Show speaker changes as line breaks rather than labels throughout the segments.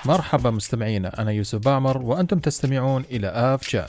مرحبا مستمعينا، أنا يوسف باعمر وأنتم تستمعون إلى آف شات.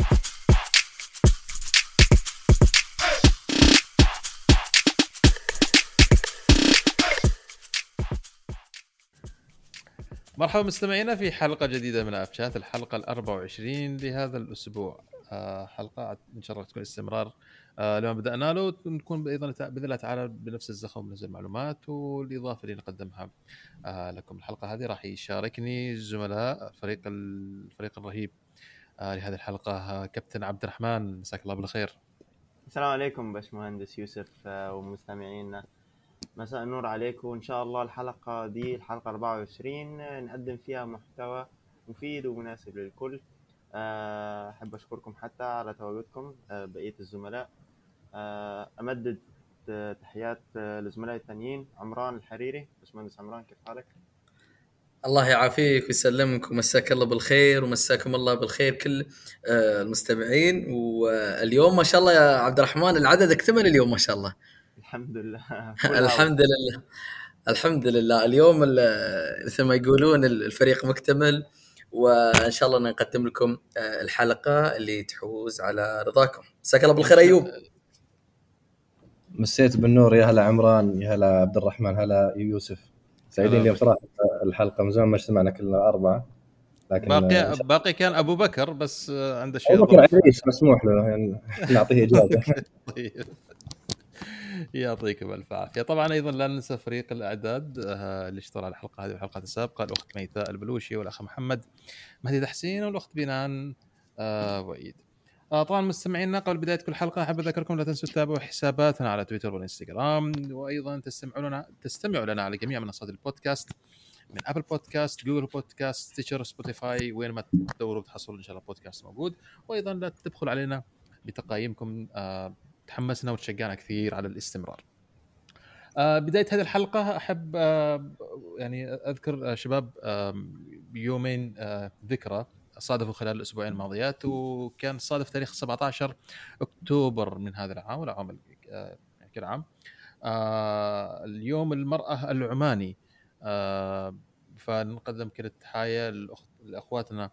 مرحبا مستمعينا في حلقة جديدة من آف شات، الحلقة 24 لهذا الأسبوع. حلقة إن شاء الله تكون استمرار لما بدأنا له، نكون بإذن الله تعالى بنفس الزخم ونفس المعلومات والإضافة اللي نقدمها لكم. الحلقة هذه راح يشاركني زملاء الفريق الرهيب لهذه الحلقة. كابتن عبد الرحمن، مساك الله بالخير.
السلام عليكم باشمهندس يوسف ومستمعينا، مساء النور عليكم. وإن شاء الله الحلقة دي الحلقة 24 نقدم فيها محتوى مفيد ومناسب للكل. أحب أشكركم حتى على تواجدكم بقية الزملاء. أمدد تحيات لزملائي التانيين. عمران الحريري، باشمهندس عمران، كيف حالك؟
الله يعافيك ويسلمك ومساك الله بالخير ومساكم الله بالخير كل المستمعين. واليوم ما شاء الله يا عبد الرحمن العدد اكتمل اليوم ما شاء الله.
الحمد لله.
الحمد لله الحمد لله. اليوم مثل ما يقولون الفريق مكتمل، وإن شاء الله نقدم لكم الحلقة اللي تحوز على رضاكم. مساك الله بالخير أيوب.
مسيت بالنور. يا هلا عمران، يا هلا عبد الرحمن، هلا يوسف. سعيدين اليوم صراحة. الحلقة من زمان ما اجتمعنا كلنا أربعة، لكن
باقي كان أبو بكر بس عنده شيء
أبو بكر عريس مسموح له يعني نعطيه إجازة.
طيب يعطيكم الف عافيه. طبعا ايضا لا ننسى فريق الاعداد اللي اشتغل على الحلقه هذه والحلقات السابقه، الاخت ميتاء البلوشي والاخ محمد مهدي تحسين والاخت بنان وعيد. طبعا مستمعينا، قبل بدايه كل حلقه احب اذكركم لا تنسوا تتابعوا حساباتنا على تويتر والانستغرام، وايضا تستمعوا لنا على جميع منصات البودكاست، من ابل بودكاست، جوجل بودكاست، ستيتشر، سبوتيفاي، وين ما تدوروا بتحصلوا ان شاء الله بودكاست موجود. وايضا لا تبخلوا علينا بتقييمكم، تحمسنا وتشجعنا كثير على الاستمرار. بداية هذه الحلقة أحب يعني أذكر شباب بيومين ذكرى صادفوا خلال الأسبوعين الماضيات، وكان صادف تاريخ 17 أكتوبر من هذا العام ولا عام كل عام اليوم المرأة العماني. فنقدم كل التحايا لأخواتنا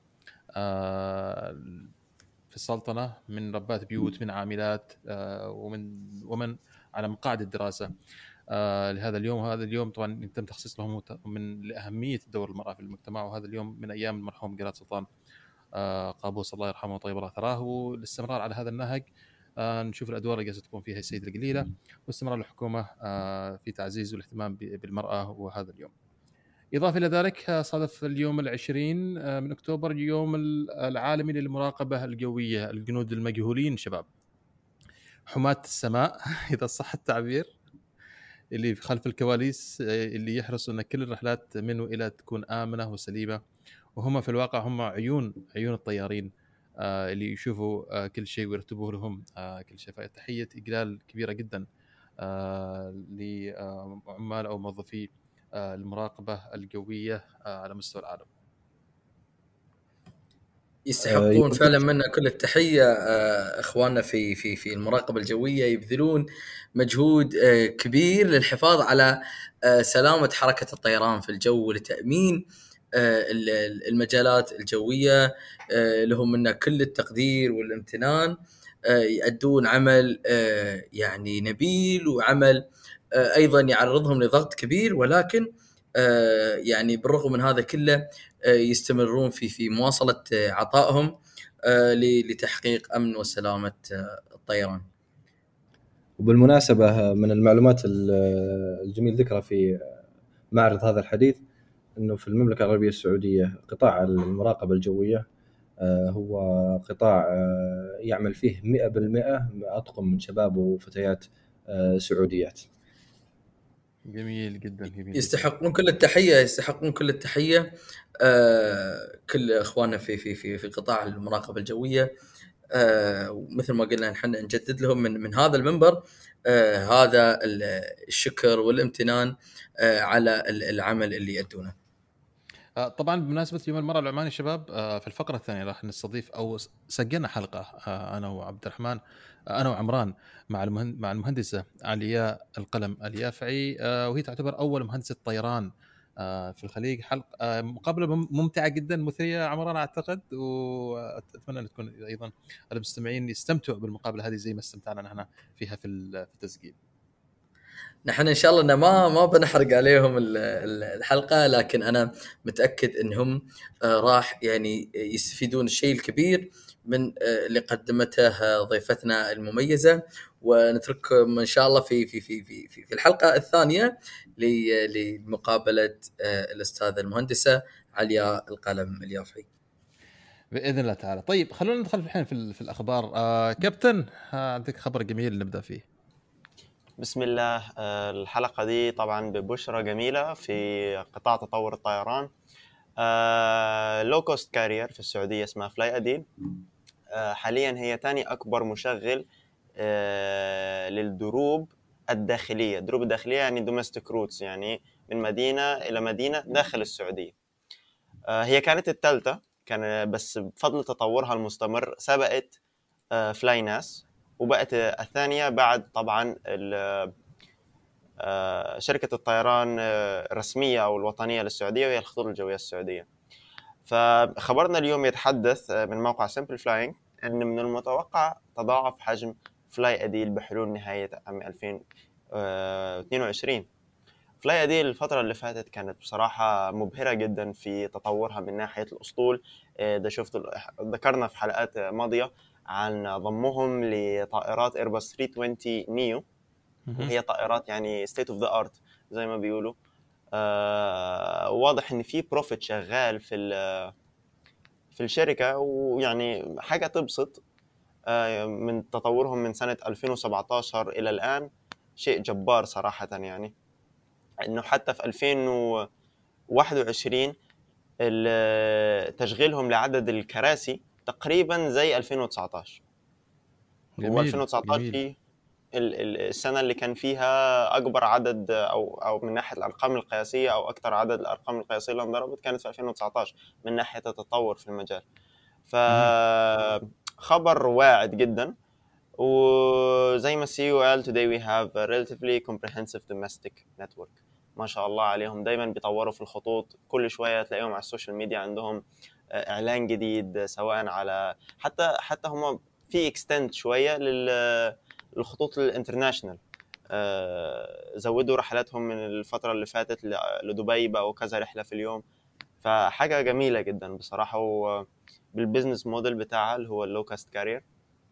في السلطنة، من ربات بيوت، من عاملات، ومن على مقاعد الدراسة لهذا اليوم. هذا اليوم طبعا تم تخصيص لهم من لأهمية دور المرأة في المجتمع، وهذا اليوم من أيام المرحوم قلاد سلطان قابوس الله يرحمه وطيب الله ثراه. والاستمرار على هذا النهج، نشوف الأدوار اللي جالسة تقوم فيها السيدة القليلة، واستمرار الحكومة في تعزيز والاهتمام بالمرأة وهذا اليوم. إضافة إلى ذلك، صادف اليوم 20 من أكتوبر اليوم العالمي للمراقبة الجوية. الجنود المجهولين شباب، حماة السماء إذا صح التعبير، اللي في خلف الكواليس، اللي يحرصوا أن كل الرحلات من وإلى تكون آمنة وسليمة، وهم في الواقع هم عيون الطيارين اللي يشوفوا كل شيء ويرتبوه لهم كل شيء. فتحية إجلال كبيرة جدا لعمال أو موظفي المراقبة الجوية على مستوى العالم.
يستحقون فعلا منا كل التحية. اخواننا في المراقبة الجوية يبذلون مجهود كبير للحفاظ على سلامة حركة الطيران في الجو ولتأمين المجالات الجوية. لهم منا كل التقدير والامتنان. يؤدون عمل يعني نبيل، وعمل أيضا يعرضهم لضغط كبير، ولكن يعني بالرغم من هذا كله يستمرون في مواصلة عطائهم لتحقيق أمن وسلامة الطيران.
وبالمناسبة من المعلومات الجميل ذكرها في معرض هذا الحديث أنه في المملكة العربية السعودية قطاع المراقبة الجوية هو قطاع يعمل فيه 100% أطقم من شباب وفتيات سعوديات.
جميل جدا، جميل.
يستحقون كل التحية كل اخواننا في قطاع المراقبة الجوية. ومثل ما قلنا نحن نجدد لهم من هذا المنبر هذا الشكر والامتنان على العمل اللي يؤدونه.
طبعا بمناسبة يوم المرأة العماني شباب، في الفقرة الثانية راح نستضيف أو سجلنا حلقة أنا وعبد الرحمن، أنا وعمران، مع المهندسة علياء القلم اليافعي، وهي تعتبر أول مهندسة طيران في الخليج. حلقه مقابله ممتعه جدا، مثريه عمران اعتقد، واتمنى ان تكون ايضا المستمعين يستمتعوا بالمقابله هذه زي ما استمتعنا نحن فيها في التسجيل.
نحن ان شاء الله إن ما بنحرق عليهم الحلقه، لكن انا متاكد انهم راح يعني يستفيدون الشيء الكبير من اللي قدمته ضيفتنا المميزه. ونترككم ان شاء الله في الحلقه الثانيه لمقابله الاستاذه المهندسه علياء القلم اليافعي
باذن الله تعالى. طيب خلونا ندخل الحين في الاخبار. كابتن، عندك خبر جميل نبدا فيه.
بسم الله. الحلقة دي طبعا ببشرة جميلة في قطاع تطور الطيران. لو كوست كارير في السعودية اسمها فلاي أديل. حاليا هي تاني أكبر مشغل للدروب الداخلية. الدروب الداخلية يعني دومستيك روتس، يعني من مدينة إلى مدينة داخل السعودية. هي كانت الثالثة، كان بس بفضل تطورها المستمر سبقت فلاي ناس، وبقت الثانية بعد طبعا شركة الطيران الرسمية أو الوطنية للسعودية وهي الخطوط الجوية السعودية. فخبرنا اليوم يتحدث من موقع سيمبل فلاينج أن من المتوقع تضاعف حجم فلاي أديل بحلول نهاية عام 2022. فلاي أديل الفترة اللي فاتت كانت بصراحة مبهرة جدا في تطورها من ناحية الأسطول. ده ذكرنا في حلقات ماضية عن ضمهم لطائرات ايرباص 320 نيو، وهي طائرات يعني state of the art زي ما بيقولوا. واضح ان في بروفيت شغال في الشركة، ويعني حاجة تبسط. من تطورهم من سنة 2017 إلى الآن شيء جبار صراحة، يعني إنه حتى في 2021 تشغيلهم لعدد الكراسي تقريبا زي 2019.
جميل.
و2019 هي السنة اللي كان فيها أكبر عدد أو من ناحية الأرقام القياسية أو أكثر عدد الأرقام القياسية اللي انضربت كانت في 2019 من ناحية التطور في المجال. فخبر واعد جدا. وزي ما السيو قال today we have a relatively comprehensive domestic network. ما شاء الله عليهم، دايما بيطوروا في الخطوط، كل شوية تلاقيهم على السوشيال ميديا عندهم إعلان جديد، سواء على حتى هم في اكستند شوية للخطوط الانترناشنال. زودوا رحلاتهم من الفترة اللي فاتت لدبي، بقوا كذا رحلة في اليوم. فحاجة جميلة جدا بصراحة. بالبيزنس موديل بتاعها اللي هو اللو كاست كارير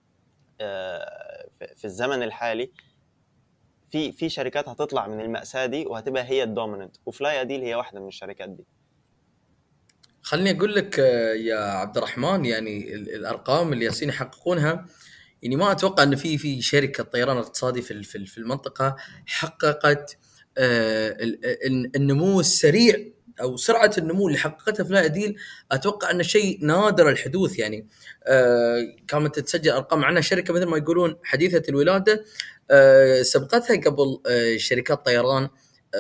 في الزمن الحالي في شركات هتطلع من المأساة دي وهتبقى هي الدوميننت، وفلاي أديل هي واحدة من الشركات دي.
خلني أقول لك يا عبد الرحمن، يعني الأرقام اللي ياسين يحققونها، يعني ما أتوقع أن في شركة طيران اقتصادي في المنطقة حققت النمو السريع أو سرعة النمو اللي حققتها فلاي أديل. أتوقع أن شيء نادر الحدوث. يعني كانت تتسجل أرقام عنها شركة مثل ما يقولون حديثة الولادة، سبقتها قبل شركات طيران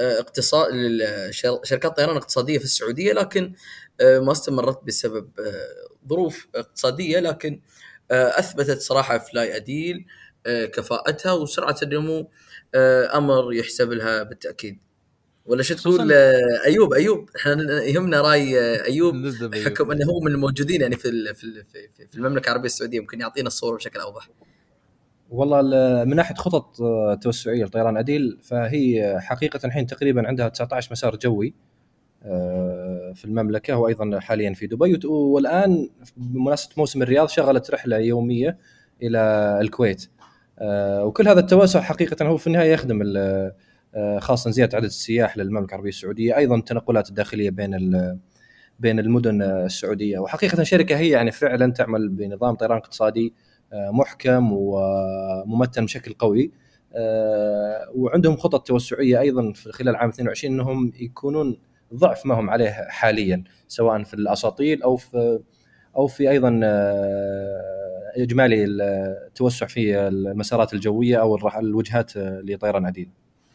شركات طيران اقتصادية في السعودية، لكن ما استمرت بسبب ظروف اقتصادية. لكن أثبتت صراحة فلاي أديل كفاءتها وسرعة النمو، أمر يحسب لها بالتأكيد. ولا شو تقول أيوب؟ احنا يهمنا رأي أيوب حكم أنه هو من الموجودين يعني في المملكة العربية السعودية، ممكن يعطينا الصورة بشكل أوضح.
والله من ناحية خطط توسعية لطيران أديل، فهي حقيقة الحين تقريبا عندها 19 مسار جوي في المملكة، وأيضا حاليا في دبي، والآن بمناسبة موسم الرياض شغلت رحلة يومية إلى الكويت. وكل هذا التوسع حقيقة هو في النهاية يخدم خاصة زيادة عدد السياح للمملكة العربية السعودية، أيضا التنقلات الداخلية بين المدن السعودية. وحقيقة شركة هي يعني فعلا تعمل بنظام طيران اقتصادي محكم وممتن بشكل قوي، وعندهم خطط توسعية أيضا في خلال عام 22 أنهم يكونون ضعف ما هم عليه حاليا، سواء في الأساطيل أو في أيضا إجمالي التوسع في المسارات الجوية أو الوجهات لطيران أديل.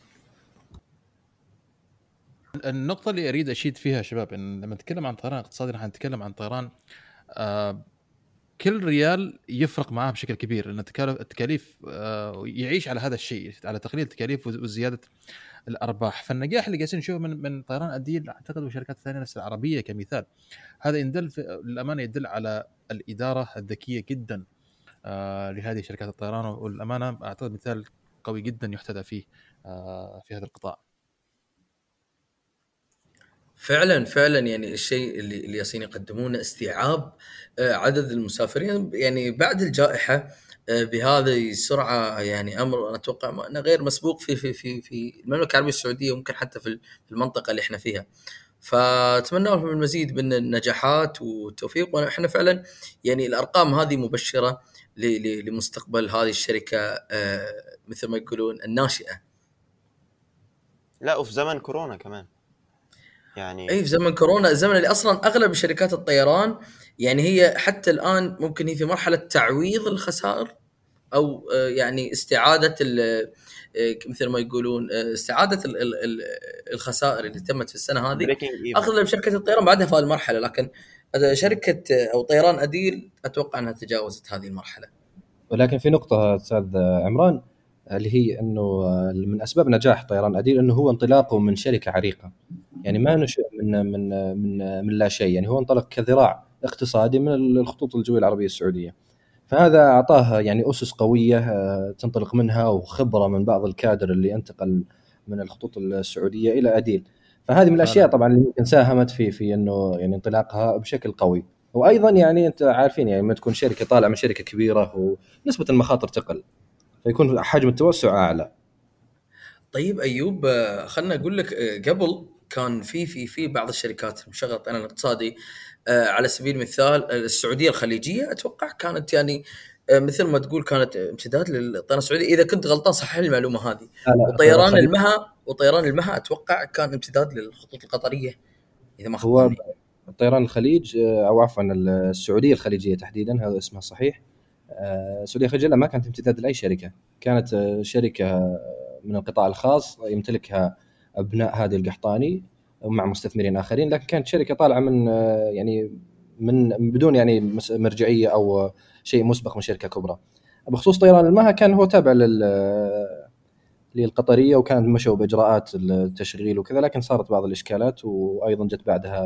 النقطة اللي أريد أشيد فيها شباب، إن لما نتكلم عن طيران اقتصادي راح نتكلم عن طيران كل ريال يفرق معاه بشكل كبير، لأن التكاليف يعيش على هذا الشيء، على تقليل التكاليف وزيادة الأرباح. فالنجاح اللي قاعدين نشوفه من طيران أديل أعتقد وشركات ثانية نفس العربية كمثال، هذا للأمانة يدل على الإدارة الذكية جدا لهذه شركات الطيران، والأمانة أعتقد مثال قوي جدا يحتذى فيه في هذا القطاع.
فعلا يعني الشيء اللي ياسين يقدمونه استيعاب عدد المسافرين يعني بعد الجائحة بهذه السرعة، يعني أمر أنا أتوقع أنه غير مسبوق في المملكة العربية السعودية، وممكن حتى في المنطقة اللي احنا فيها. فأتمنى لهم المزيد من النجاحات والتوفيق، وإحنا فعلا يعني الأرقام هذه مبشرة لمستقبل هذه الشركة مثل ما يقولون الناشئة.
لا، وفي زمن كورونا كمان يعني.
اي في زمن كورونا، الزمن اللي اصلا اغلب شركات الطيران يعني هي حتى الان ممكن هي في مرحله تعويض الخسائر، او يعني استعاده مثل ما يقولون استعاده الخسائر اللي تمت في السنه هذه. اغلب شركات الطيران بعدها في هذه المرحله، لكن شركه او طيران أديل اتوقع انها تجاوزت هذه المرحله.
ولكن في نقطه استاذ عمران، اللي هي انه من اسباب نجاح طيران أديل انه هو انطلاقه من شركه عريقه، يعني ما نشأ من لا شيء، يعني هو انطلق كذراع اقتصادي من الخطوط الجوية العربية السعودية، فهذا أعطاه يعني أسس قوية تنطلق منها، وخبرة من بعض الكادر اللي انتقل من الخطوط السعودية إلى أديل. فهذه من الأشياء طبعا اللي يمكن ساهمت في إنه يعني انطلاقها بشكل قوي. وأيضا يعني أنت عارفين يعني لما تكون شركة طالعة من شركة كبيرة ونسبة المخاطر تقل، فيكون حجم التوسع أعلى.
طيب أيوب، خلنا أقول لك قبل كان في بعض الشركات مشغلة الطيران الاقتصادي على سبيل المثال السعودية الخليجية، أتوقع كانت يعني مثل ما تقول كانت امتداد للطيران السعودي، إذا كنت غلطان صحح لي المعلومة هذه. وطيران المها أتوقع كان امتداد للخطوط القطرية إذا ما خطأني.
هو طيران الخليج أو عفوا السعودية الخليجية تحديدا، هذا اسمها الصحيح. السعودية الخليجية ما كانت امتداد لأي شركة، كانت شركة من القطاع الخاص يمتلكها أبناء هادي القحطاني مع مستثمرين آخرين، لكن كانت شركة طالعة من يعني من بدون يعني مرجعية أو شيء مسبق من شركة كبرى. بخصوص طيران المها كان هو تابع للقطرية، وكان مشوا بإجراءات التشغيل وكذا، لكن صارت بعض الإشكالات، وأيضا جت بعدها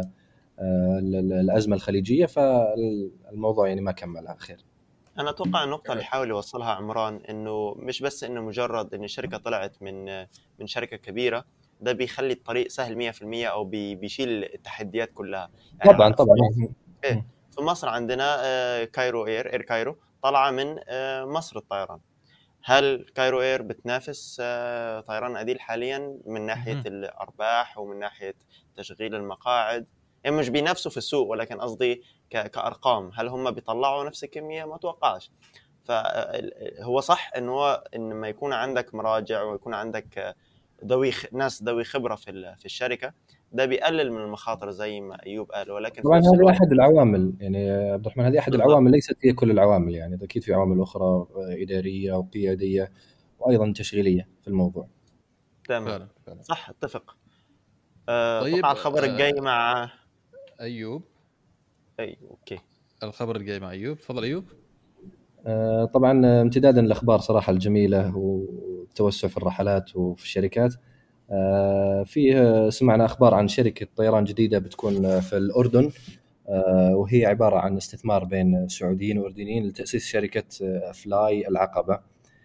الأزمة الخليجية، فالموضوع يعني ما كمل على خير.
أنا أتوقع النقطة اللي حاول يوصلها عمران إنه مش بس إنه مجرد إن الشركة طلعت من شركة كبيرة ده بيخلي الطريق سهل 100% أو بيشيل التحديات كلها.
يعني طبعا
في مصر عندنا كايرو إير كايرو طلع من مصر الطيران. هل كايرو إير بتنافس طيران أديل حاليا من ناحية الأرباح ومن ناحية تشغيل المقاعد؟ يعني مش بينافسوا في السوق، ولكن قصدي كأرقام هل هم بيطلعوا نفس الكمية؟ ما أتوقعش. فهو صح إنه ما يكون عندك مراجع ويكون عندك ناس ذوي خبرة في الشركة، ده بيقلل من المخاطر زي ما أيوب قال. ولكن
طبعا هذه أحد العوامل، يعني عبد الرحمن هذه أحد العوامل، ليست هي كل العوامل، يعني أكيد في عوامل أخرى إدارية وقيادية وأيضا تشغيلية في الموضوع.
تمام، صح، اتفق. طيب على الخبر الجاي مع
أيوب.
أوكي،
الخبر الجاي مع أيوب، تفضل أيوب.
طبعا امتدادا للأخبار صراحة الجميلة والتوسع في الرحلات وفي الشركات، فيه سمعنا أخبار عن شركة طيران جديدة بتكون في الأردن، وهي عبارة عن استثمار بين سعوديين وأردنيين لتأسيس شركة فلاي العقبة.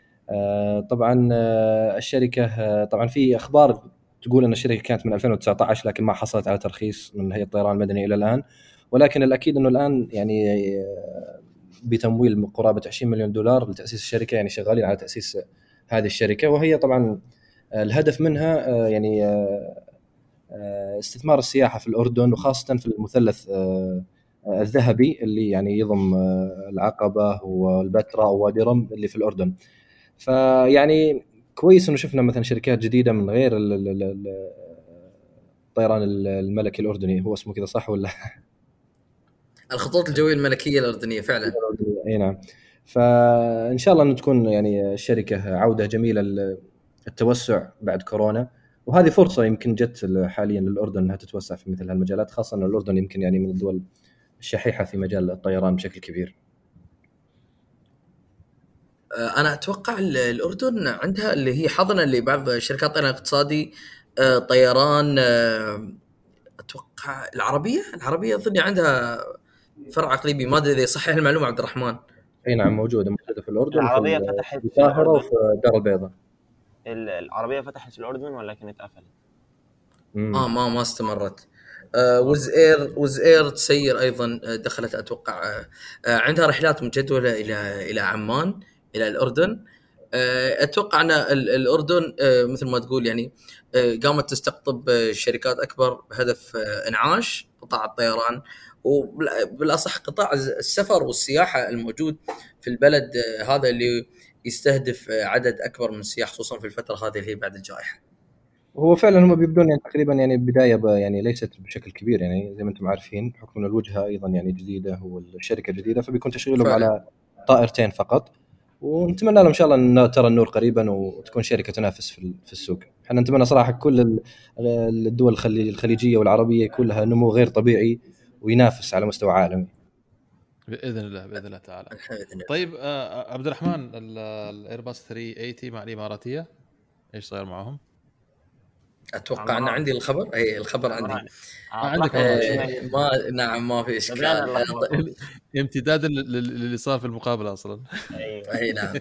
طبعا الشركة طبعا في أخبار تقول أن الشركة كانت من 2019 لكن ما حصلت على ترخيص من هيئة الطيران المدني إلى الآن، ولكن الأكيد أنه الآن يعني بتمويل قرابة 20 مليون دولار لتأسيس الشركة، يعني شغالين على تأسيس هذه الشركة، وهي طبعا الهدف منها يعني استثمار السياحة في الأردن، وخاصة في المثلث الذهبي اللي يعني يضم العقبة والبتراء ووادي رم اللي في الأردن. فيعني كويس إنه شفنا مثلا شركات جديدة من غير الطيران الملكي الأردني، هو اسمه كذا صح ولا؟
الخطوط الجوية الملكية الأردنية فعلا.
أي نعم. فإن شاء الله أن تكون يعني الشركة عودة جميلة للتوسع بعد كورونا، وهذه فرصة يمكن جت حاليا للأردن أنها تتوسع في مثل هالمجالات، خاصة أن الأردن يمكن يعني من الدول الشحيحة في مجال الطيران بشكل كبير.
انا اتوقع الاردن عندها اللي هي حاضنه لبعض شركات الطيران الاقتصادي، طيران، اتوقع العربيه اظن عندها فرع اقليمي، ما ادري اذا صحيح المعلومه عبد الرحمن.
اي نعم، موجوده في الاردن،
العربية
في
فتحت في
القاهره
الأردن.
وفي الدار البيضاء.
العربية فتحت في الأردن ولا كانت قفلت؟
ما استمرت. وزئير تسير ايضا، دخلت اتوقع، عندها رحلات مجدوله الى عمان، الى الاردن. اتوقع ان الاردن مثل ما تقول يعني قامت تستقطب شركات اكبر بهدف انعاش قطاع الطيران، وبالاصح قطاع السفر والسياحه الموجود في البلد هذا اللي يستهدف عدد اكبر من السياح، خصوصا في الفتره هذه اللي هي بعد الجائحه.
هو فعلا هم بيبدون يعني تقريبا يعني بدايه يعني ليست بشكل كبير، يعني زي ما انتم عارفين بحكم ان الوجهه ايضا يعني جديده والشركه جديده، فبيكون تشغيلهم
فعلا.
على طائرتين فقط. ونتمنى لهم ان شاء الله ان ترى النور قريبا وتكون شركه تنافس في السوق. احنا نتمنى صراحه كل الدول الخليجيه والعربيه يكون لها نمو غير طبيعي وينافس على مستوى عالمي
باذن الله تعالى.
بإذن الله.
طيب عبد الرحمن، الايرباص 380 مع الاماراتيه ايش صاير معهم؟
اتوقع ان عندي الخبر، اي الخبر عندي.
عندك
ما في اشكال.
امتداد اللي صار في المقابله اصلا.
اي نعم.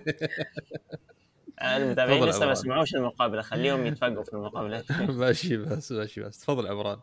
المتابعين لسه ما سمعوش المقابله، خليهم يتفقوا في المقابله.
ماشي بس تفضل عمران.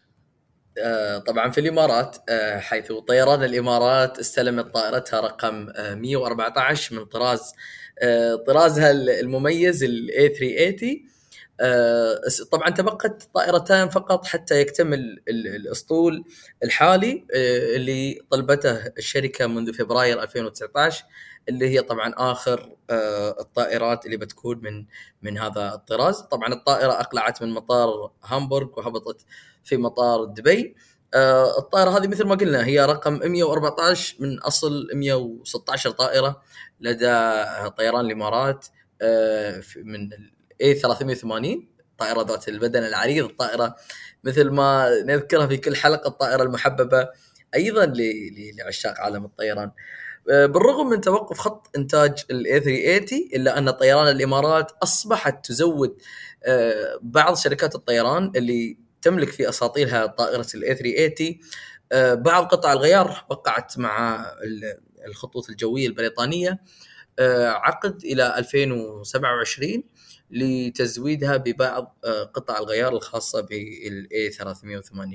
طبعا في الامارات، حيث طيران الامارات استلمت طائرتها رقم 114 من طرازها المميز A380. طبعا تبقت طائرتان فقط حتى يكتمل الاسطول الحالي اللي طلبته الشركه منذ فبراير 2019، اللي هي طبعا اخر الطائرات اللي بتكون من هذا الطراز. طبعا الطائره اقلعت من مطار هامبورغ وهبطت في مطار دبي. الطائره هذه مثل ما قلنا هي رقم 114 من اصل 116 طائره لدى طيران الامارات من A380، طائرة ذات البدن العريض، الطائرة مثل ما نذكرها في كل حلقة الطائرة المحببة أيضا لعشاق عالم الطيران. بالرغم من توقف خط إنتاج A380 إلا أن طيران الإمارات أصبحت تزود بعض شركات الطيران اللي تملك في أساطيلها طائرة A380 بعض قطع الغيار. وقعت مع الخطوط الجوية البريطانية عقد إلى 2027 لتزويدها ببعض قطع الغيار الخاصة بالA 380.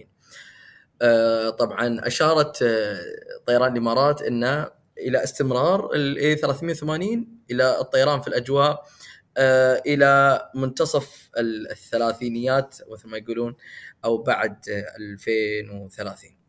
طبعا أشارت طيران الإمارات إن إلى استمرار الA 380 إلى الطيران في الأجواء إلى منتصف الثلاثينيات مثل ما يقولون، أو بعد 2030.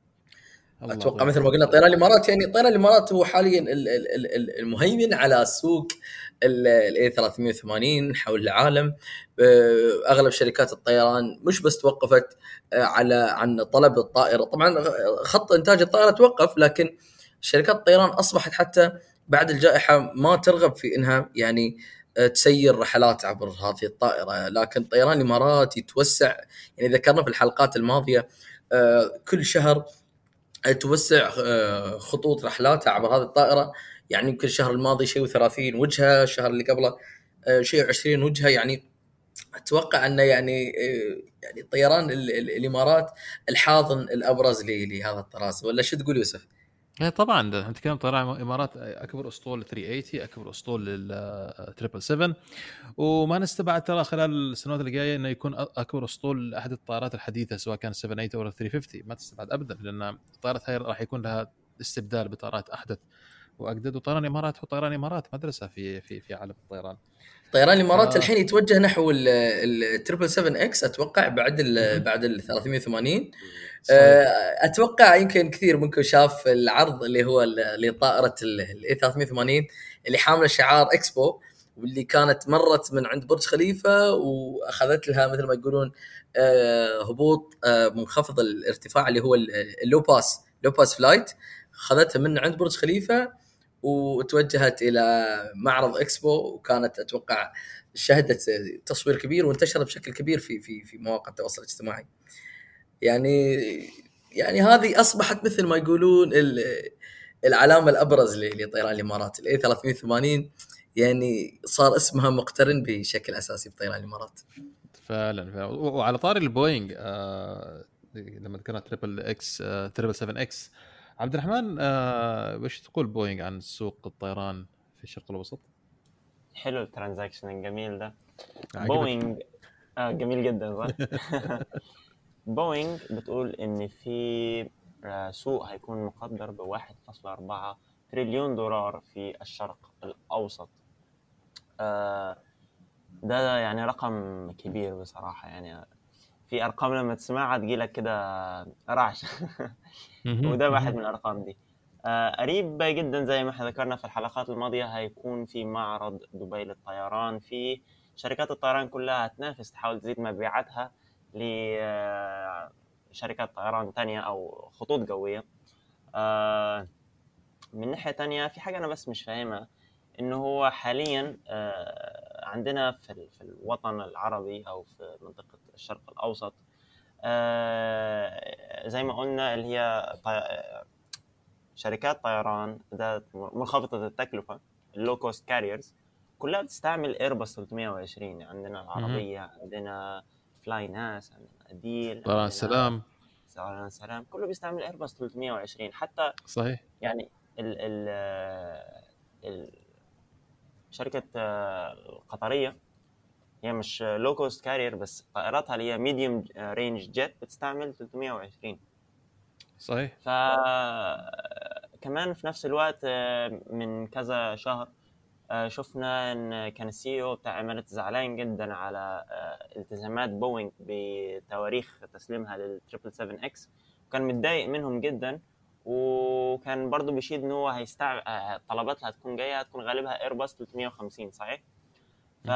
اتوقع مثل ما قلنا طيران الامارات، يعني طيران الامارات هو حاليا المهيمن على سوق الاي 380 حول العالم. اغلب شركات الطيران مش بس توقفت عن طلب الطائره، طبعا خط انتاج الطائره توقف، لكن شركات الطيران اصبحت حتى بعد الجائحه ما ترغب في انها يعني تسير رحلات عبر هذه الطائره. لكن طيران الامارات يتوسع، يعني ذكرنا في الحلقات الماضيه كل شهر توسع خطوط رحلاتها عبر هذه الطائرة. يعني يمكن الشهر الماضي شيء 30 وجهة، الشهر اللي قبله شيء 20 وجهة. يعني أتوقع أنه يعني طيران الإمارات الحاضن الأبرز لهذا الطراز، ولا شو تقول يوسف؟
طبعا نتكلم طيران الامارات اكبر اسطول 380، اكبر اسطول لل 777، وما نستبعد ترى خلال السنوات اللي جايه انه يكون اكبر اسطول احد الطائرات الحديثه سواء كان 78 او 350. ما تستبعد ابدا، لان الطائرات هاي راح يكون لها استبدال بطائرات احدث واجدد. وطيران الامارات هو طيران الامارات مدرسه في عالم الطيران.
طيران الامارات الحين يتوجه نحو ال 777X اتوقع بعد ال 380. اتوقع يمكن كثير منكم شاف العرض اللي هو لطائره ال 380 اللي حامله شعار اكسبو، واللي كانت مرت من عند برج خليفه واخذت لها مثل ما يقولون هبوط منخفض الارتفاع اللي هو اللو باس فلايت، خذتها من عند برج خليفه وتوجهت الى معرض اكسبو، وكانت اتوقع شهدت تصوير كبير وانتشرت بشكل كبير في مواقع التواصل الاجتماعي. يعني هذه اصبحت مثل ما يقولون العلامه الابرز لطيران الامارات. الاي 380 يعني صار اسمها مقترن بشكل اساسي بطيران الامارات.
فعلا. وعلى طاري البوينغ لما ذكرنا تريبل اكس تريبل 7 اكس، عبد الرحمن وش تقول بوينغ عن سوق الطيران في الشرق الاوسط؟
حلو الترانزاكشن الجميل ده.
عجبك؟
بوينغ جميل جدا صح. بوينغ بتقول ان في سوق هيكون مقدر ب1.4 تريليون دولار في الشرق الاوسط. ده يعني رقم كبير بصراحة. يعني في ارقام لما تسمعها تجيلك كده رعش. وده واحد من الارقام دي. قريب جدا زي ما احنا ذكرنا في الحلقات الماضية، هيكون في معرض دبي للطيران. في شركات الطيران كلها هتنافس تحاول تزيد مبيعاتها لشركات طيران تانية أو خطوط جوية. من ناحية تانية في حاجة أنا بس مش فاهمها، إنه هو حاليا عندنا في الوطن العربي أو في منطقة الشرق الأوسط زي ما قلنا اللي هي شركات طيران ذات منخفضة التكلفة، اللو كوست كاريرز، كلها بتستعمل ايرباص 320. عندنا العربية، عندنا فلاي ناس، عندنا اديل،
طيران السلام،
كله بيستعمل ايرباص 320. حتى
صحيح
يعني ال شركة القطرية هي مش لو كوست كارير، بس طائراتها اللي هي ميديوم رينج جيت بتستعمل 320.
صحيح.
كمان في نفس الوقت من كذا شهر شفنا ان كان السي او بتاع امارات زعلان جدا على التزامات بوينغ بتواريخ تسليمها للتريبل 7 اكس، وكان متضايق منهم جدا. وكان برضو بيشيد ان هو طلباتها هتكون جايه، هتكون غالبها ايرباص 350 صحيح. ف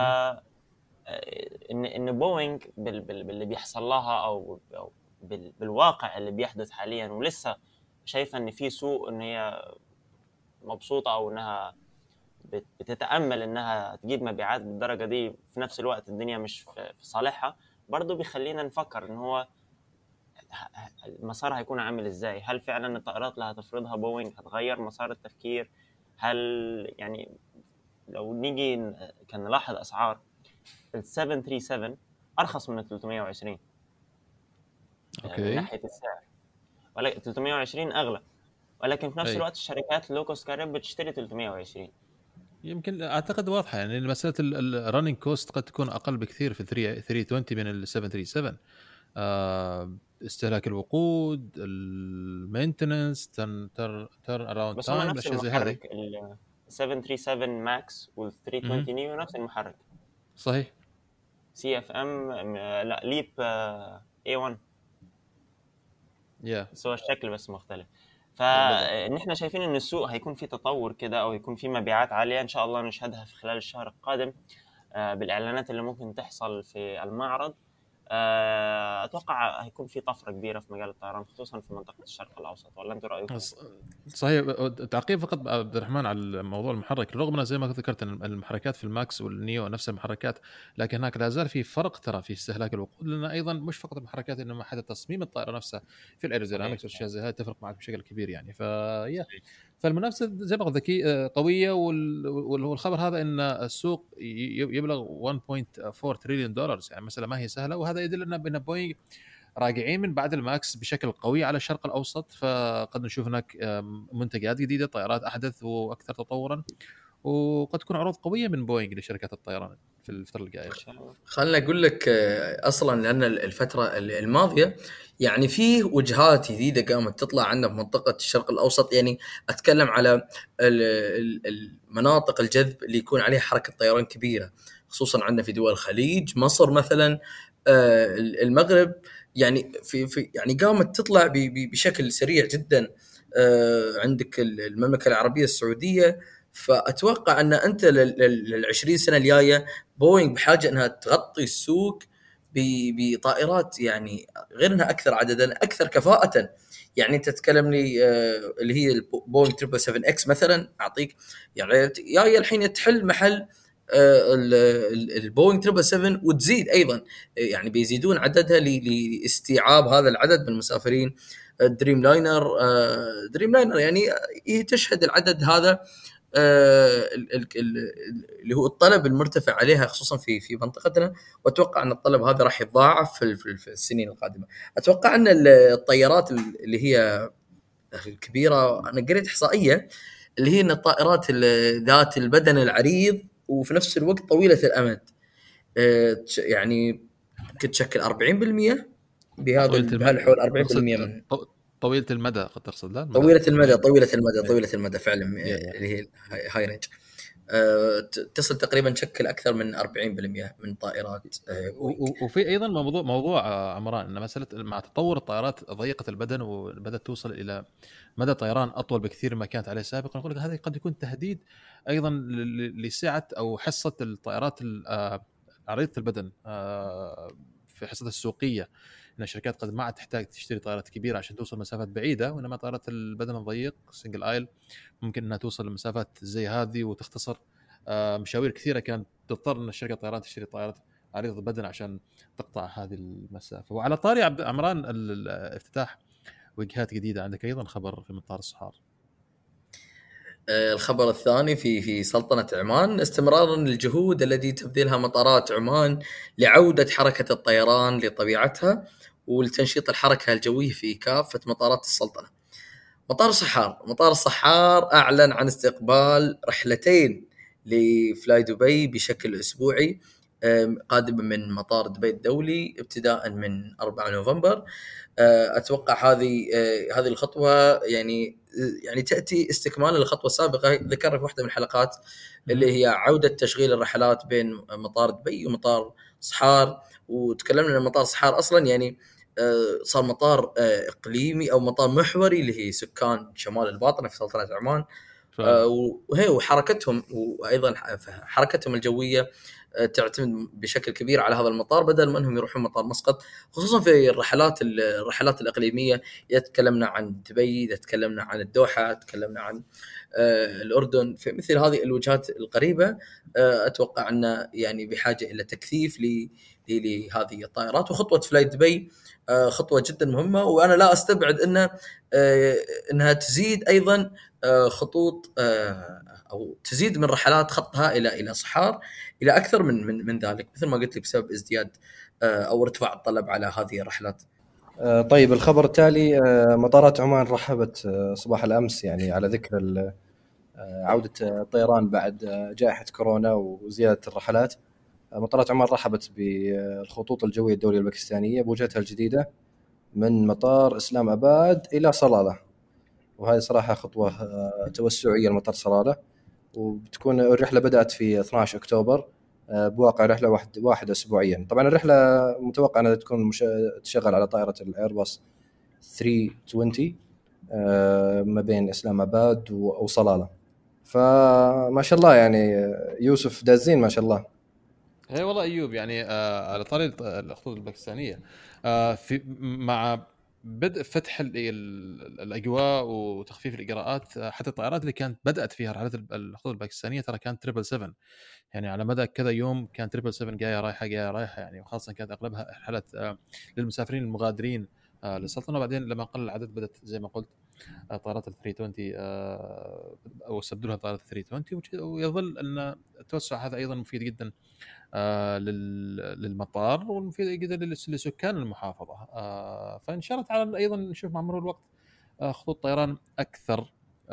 ان بوينغ باللي بيحصل لها او بالواقع اللي بيحدث حاليا، ولسه شايفه ان في سوق، ان هي مبسوطه او انها بتتامل انها تجيب مبيعات بالدرجه دي، في نفس الوقت الدنيا مش في صالحها، برضو بيخلينا نفكر ان هو المسار هيكون عامل ازاي. هل فعلا الطائرات اللي هتفرضها بوينغ هتغير مسار التفكير؟ هل يعني لو نيجي كان نلاحظ اسعار ال 737 ارخص من ال 320 يعني من ناحيه السعر، ولكن 320 اغلى، ولكن في نفس الوقت الشركات اللوكوست كارير بتشتري 320.
يمكن اعتقد واضحه، يعني مساله الرننج كوست قد تكون اقل بكثير في 320 من ال 737. استهلاك الوقود، المينتننس، تر اراوند تايم، الاشياء زي هذه.
ال 737 ماكس وال 320 نيو نفس المحرك
صحيح.
سي اف ام لا ليب اي 1 سوى الشكل بس مختلف. فنحن شايفين ان السوق هيكون فيه تطور كده، او يكون فيه مبيعات عاليه ان شاء الله نشهدها في خلال الشهر القادم بالاعلانات اللي ممكن تحصل في المعرض. اتوقع هيكون في طفره كبيره في مجال الطيران، خصوصا في منطقه الشرق الاوسط. ولا انتم رايكم؟
صحيح. تعقيب فقط عبد الرحمن على موضوع المحرك، رغم ان زي ما ذكرت المحركات في الماكس والنيو نفس المحركات، لكن هناك لا زال في فرق ترى في استهلاك الوقود، لان ايضا مش فقط المحركات انما حتى تصميم الطائره نفسها في الايرودينامكس والاشياء زي هذه تفرق معك بشكل كبير يعني. فالمنافسه زي ما قلت ذكي قويه، والخبر هذا ان السوق يبلغ 1.4 تريليون دولار، يعني مساله ما هي سهله، وهذا يدل ان بوينغ راجعين من بعد الماكس بشكل قوي على الشرق الأوسط. فقد نشوف هناك منتجات جديدة، طائرات أحدث وأكثر تطورا، وقد تكون عروض قوية من بوينغ لشركات الطيران في الفترة الجاية.
خلنا أقول لك أصلا لأن الفترة الماضية يعني فيه وجهات جديدة قامت تطلع عندنا في منطقة الشرق الأوسط. يعني أتكلم على المناطق الجذب اللي يكون عليها حركة طيران كبيرة، خصوصا عندنا في دول الخليج، مصر مثلا، المغرب. يعني في يعني قامت تطلع بشكل سريع جدا. عندك المملكة العربية السعودية. فأتوقع أن أنت لل20 سنة الجاية بوينغ بحاجة أنها تغطي السوق بطائرات، يعني غير أنها أكثر عددا، أكثر كفاءة. يعني أنت تتكلم لي اللي هي بوينغ 777X مثلا، أعطيك يعني يا الحين تحل محل البوينغ 777 وتزيد أيضا، يعني بيزيدون عددها لاستيعاب هذا العدد من المسافرين دريم لاينر يعني تشهد العدد هذا اللي هو الطلب المرتفع عليها خصوصا في منطقتنا. واتوقع ان الطلب هذا راح يتضاعف في السنين القادمه. اتوقع ان الطيارات اللي هي الكبيره، انا قريت احصائيه اللي هي ان الطائرات ذات البدن العريض وفي نفس الوقت طويله الامد يعني ممكن تشكل 40% بهالحول 40% من
طويلة المدى. قد تقصد لا
طويلة المدى فعلا اللي هي هاي رينج تصل تقريبا تشكل اكثر من 40% من طائرات.
وفي ايضا موضوع عمران ان مساله مع تطور الطائرات ضيقه البدن وبدات توصل الى مدى طيران اطول بكثير مما كانت عليه سابقا. نقول لك هذا قد يكون تهديد ايضا لسعه او حصه الطائرات عريضه البدن في حصتها السوقيه، ان الشركات قد ما عاد تحتاج تشتري طائرات كبيره عشان توصل مسافات بعيده، وانما طائرات البدن الضيق سنجل ايل ممكن انها توصل لمسافات زي هذه وتختصر مشاوير كثيره كانت تضطر ان الشركه الطيران تشتري طائرات عريضه البدن عشان تقطع هذه المسافه. وعلى طاري عبد عمران الافتتاح وجهات جديده، عندك ايضا خبر في مطار الصحار.
الخبر الثاني في سلطنة عمان، استمرارا للجهود التي تبذلها مطارات عمان لعودة حركة الطيران لطبيعتها ولتنشيط الحركة الجوية في كافة مطارات السلطنة. مطار الصحار أعلن عن استقبال رحلتين لفلاي دبي بشكل أسبوعي قادمة من مطار دبي الدولي ابتداء من 4 نوفمبر. أتوقع هذه الخطوة يعني تأتي استكمالا للخطوة السابقة ذكرنا في واحدة من الحلقات اللي هي عودة تشغيل الرحلات بين مطار دبي ومطار صحار. وتكلمنا عن مطار صحار أصلا يعني صار مطار إقليمي أو مطار محوري اللي هي سكان شمال الباطنة في سلطنة عمان، وحركتهم وأيضا حركتهم الجوية تعتمد بشكل كبير على هذا المطار بدل ما انهم يروحون مطار مسقط، خصوصا في الرحلات الاقليميه. يتكلمنا عن دبي، يتكلمنا عن الدوحه، تكلمنا عن الاردن. في مثل هذه الوجهات القريبه اتوقع ان يعني بحاجه الى تكثيف لهذه الطائرات. وخطوه فلاي دبي خطوه جدا مهمه، وانا لا استبعد انها تزيد ايضا خطوط او تزيد من رحلات خطها الى صحار الى اكثر من ذلك، مثل ما قلت لك بسبب ازدياد او ارتفاع الطلب على هذه الرحلات.
طيب الخبر التالي، مطارات عمان رحبت صباح الامس يعني على ذكر عوده الطيران بعد جائحه كورونا وزياده الرحلات. مطارات عمان رحبت بالخطوط الجويه الدوليه الباكستانيه بوجهتها الجديده من مطار اسلام اباد الى صلاله، وهذه صراحه خطوه توسعيه لمطار صلاله. وبتكون الرحله بدات في 12 اكتوبر بواقع رحله واحده اسبوعيا. طبعا الرحله متوقع انها تكون تشغل على طائره الايرباص 320 ما بين اسلام اباد وصلاله. فما شاء الله يعني يوسف دازين ما شاء الله.
هي والله ايوب يعني على طريق الخطوط الباكستانيه في مع بدء فتح الاجواء وتخفيف الاجراءات، حتى الطائرات اللي كانت بدات فيها رحلات الخطوط الباكستانيه ترى كانت 777 يعني على مدى كذا يوم كان 777 جايه رايحه يعني، وخاصه كانت اغلبها رحلات للمسافرين المغادرين للسلطنه. وبعدين لما قل العدد بدات زي ما قلت طائرات ال 320 او استبدلها طائرات 320. ويظل ان التوسع هذا ايضا مفيد جدا للمطار ومفيد جدا لسكان المحافظه. فان شاء الله تعالى ايضا نشوف مع مرور الوقت خطوط طيران اكثر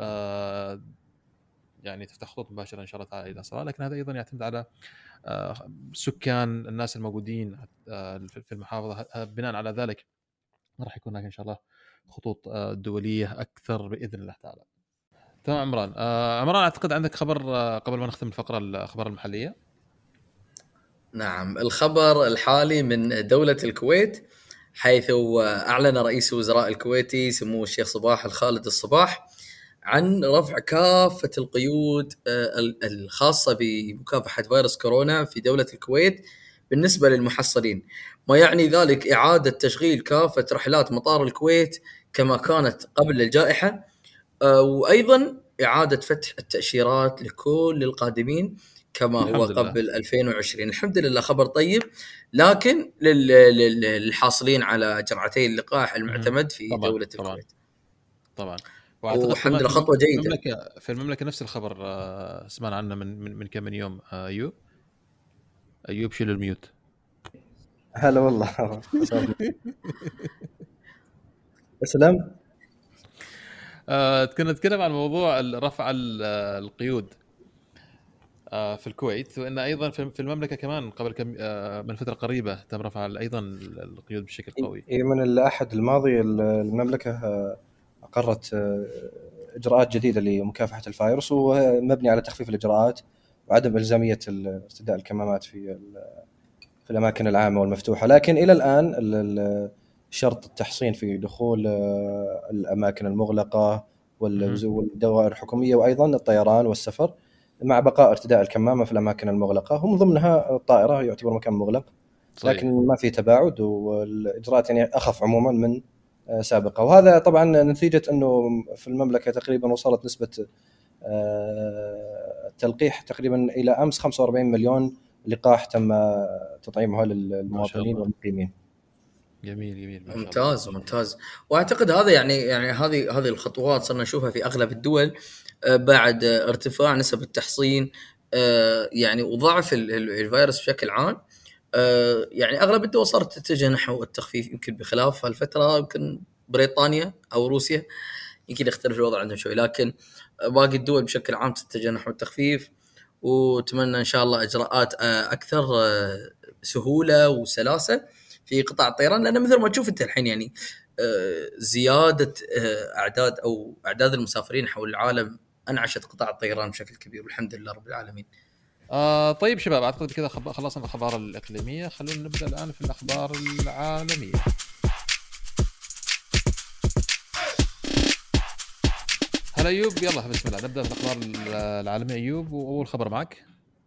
يعني تفتح خطوط مباشره ان شاء الله تعالى الى صلاله، لكن هذا ايضا يعتمد على سكان الناس الموجودين في المحافظه. بناء على ذلك راح يكون هناك ان شاء الله خطوط دوليه اكثر باذن الله تعالى. تمام عمران. عمران اعتقد عندك خبر قبل ما نختم الفقره الاخبار المحليه.
نعم، الخبر الحالي من دولة الكويت، حيث أعلن رئيس وزراء الكويتي سمو الشيخ صباح الخالد الصباح عن رفع كافة القيود الخاصة بمكافحة فيروس كورونا في دولة الكويت بالنسبة للمحصلين، ما يعني ذلك إعادة تشغيل كافة رحلات مطار الكويت كما كانت قبل الجائحة، وأيضا إعادة فتح التأشيرات لكل القادمين كما هو
الحمد لله.
قبل 2020. الحمد لله خبر طيب. لكن للحاصلين على جرعتي اللقاح المعتمد في
طبعاً،
دولة
طبعاً.
الكويت.
طبعا. واعتقد
والحمد
كمان
لله خطوة جيدة.
في المملكه نفس الخبر سمعنا عنه من كم من يوم. ايوب شيل الميوت.
هلا والله. اسلم.
كنا نتكلم عن موضوع رفع القيود في الكويت، وان ايضا في المملكه كمان قبل كم من فتره قريبه تم رفع ايضا القيود بشكل قوي.
من الأحد الماضي المملكة أقرت إجراءات جديدة لمكافحة الفيروس، ومبني على تخفيف الإجراءات وعدم إلزامية ارتداء الكمامات في الأماكن العامة والمفتوحة. لكن إلى الآن شرط التحصين في دخول الأماكن المغلقة والدوائر الحكومية، وأيضا الطيران والسفر، مع بقاء ارتداء الكمامة في الأماكن المغلقة، هم ضمنها الطائرة يعتبر مكان مغلق.
صحيح.
لكن ما في تباعد، والإجراءات يعني أخف عموما من سابقة. وهذا طبعا نتيجة أنه في المملكة تقريبا وصلت نسبة التلقيح تقريبا إلى أمس 45 مليون لقاح تم تطعيمها للمواطنين والمقيمين.
جميل جميل.
ممتاز ممتاز. واعتقد هذا يعني هذه الخطوات صرنا نشوفها في اغلب الدول بعد ارتفاع نسب التحصين يعني وضعف الفيروس بشكل عام. يعني اغلب الدول صارت تتجه نحو التخفيف، يمكن بخلاف هالفتره يمكن بريطانيا او روسيا يمكن يختلف الوضع عندهم شوي، لكن باقي الدول بشكل عام تتجه نحو التخفيف. وتمنى ان شاء الله اجراءات اكثر سهوله وسلاسه في قطاع الطيران، لأن مثل ما تشوف أنت الحين يعني زيادة أعداد المسافرين حول العالم أنعشت قطاع الطيران بشكل كبير، والحمد لله رب العالمين.
طيب شباب، أعتقد كذا خلصنا الأخبار الإقليمية. خلونا نبدأ الآن في الأخبار العالمية. هلا أيوب، يلا بسم الله نبدأ في الأخبار العالمية. أيوب، وأول خبر معك.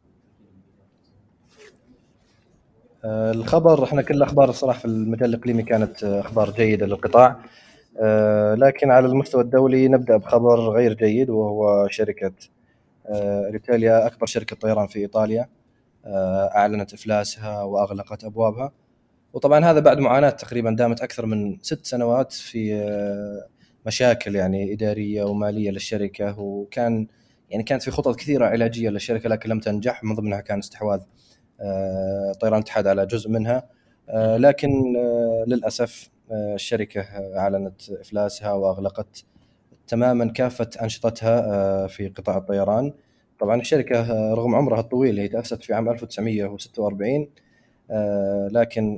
الخبر، احنا كل الاخبار الصراحه في المجال الاقليمي كانت اخبار جيده للقطاع، لكن على المستوى الدولي نبدا بخبر غير جيد، وهو شركه ريتاليا، اكبر شركه طيران في ايطاليا، اعلنت افلاسها واغلقت ابوابها. وطبعا هذا بعد معاناه تقريبا دامت اكثر من 6 سنوات في مشاكل يعني اداريه وماليه للشركه، وكان يعني كانت في خطط كثيره علاجيه للشركه لكن لم تنجح، من ضمنها كان استحواذ طيران الاتحاد على جزء منها. لكن للأسف الشركة أعلنت إفلاسها وأغلقت تماما كافة أنشطتها في قطاع الطيران. طبعا الشركة رغم عمرها الطويل، هي تأسست في عام 1946، لكن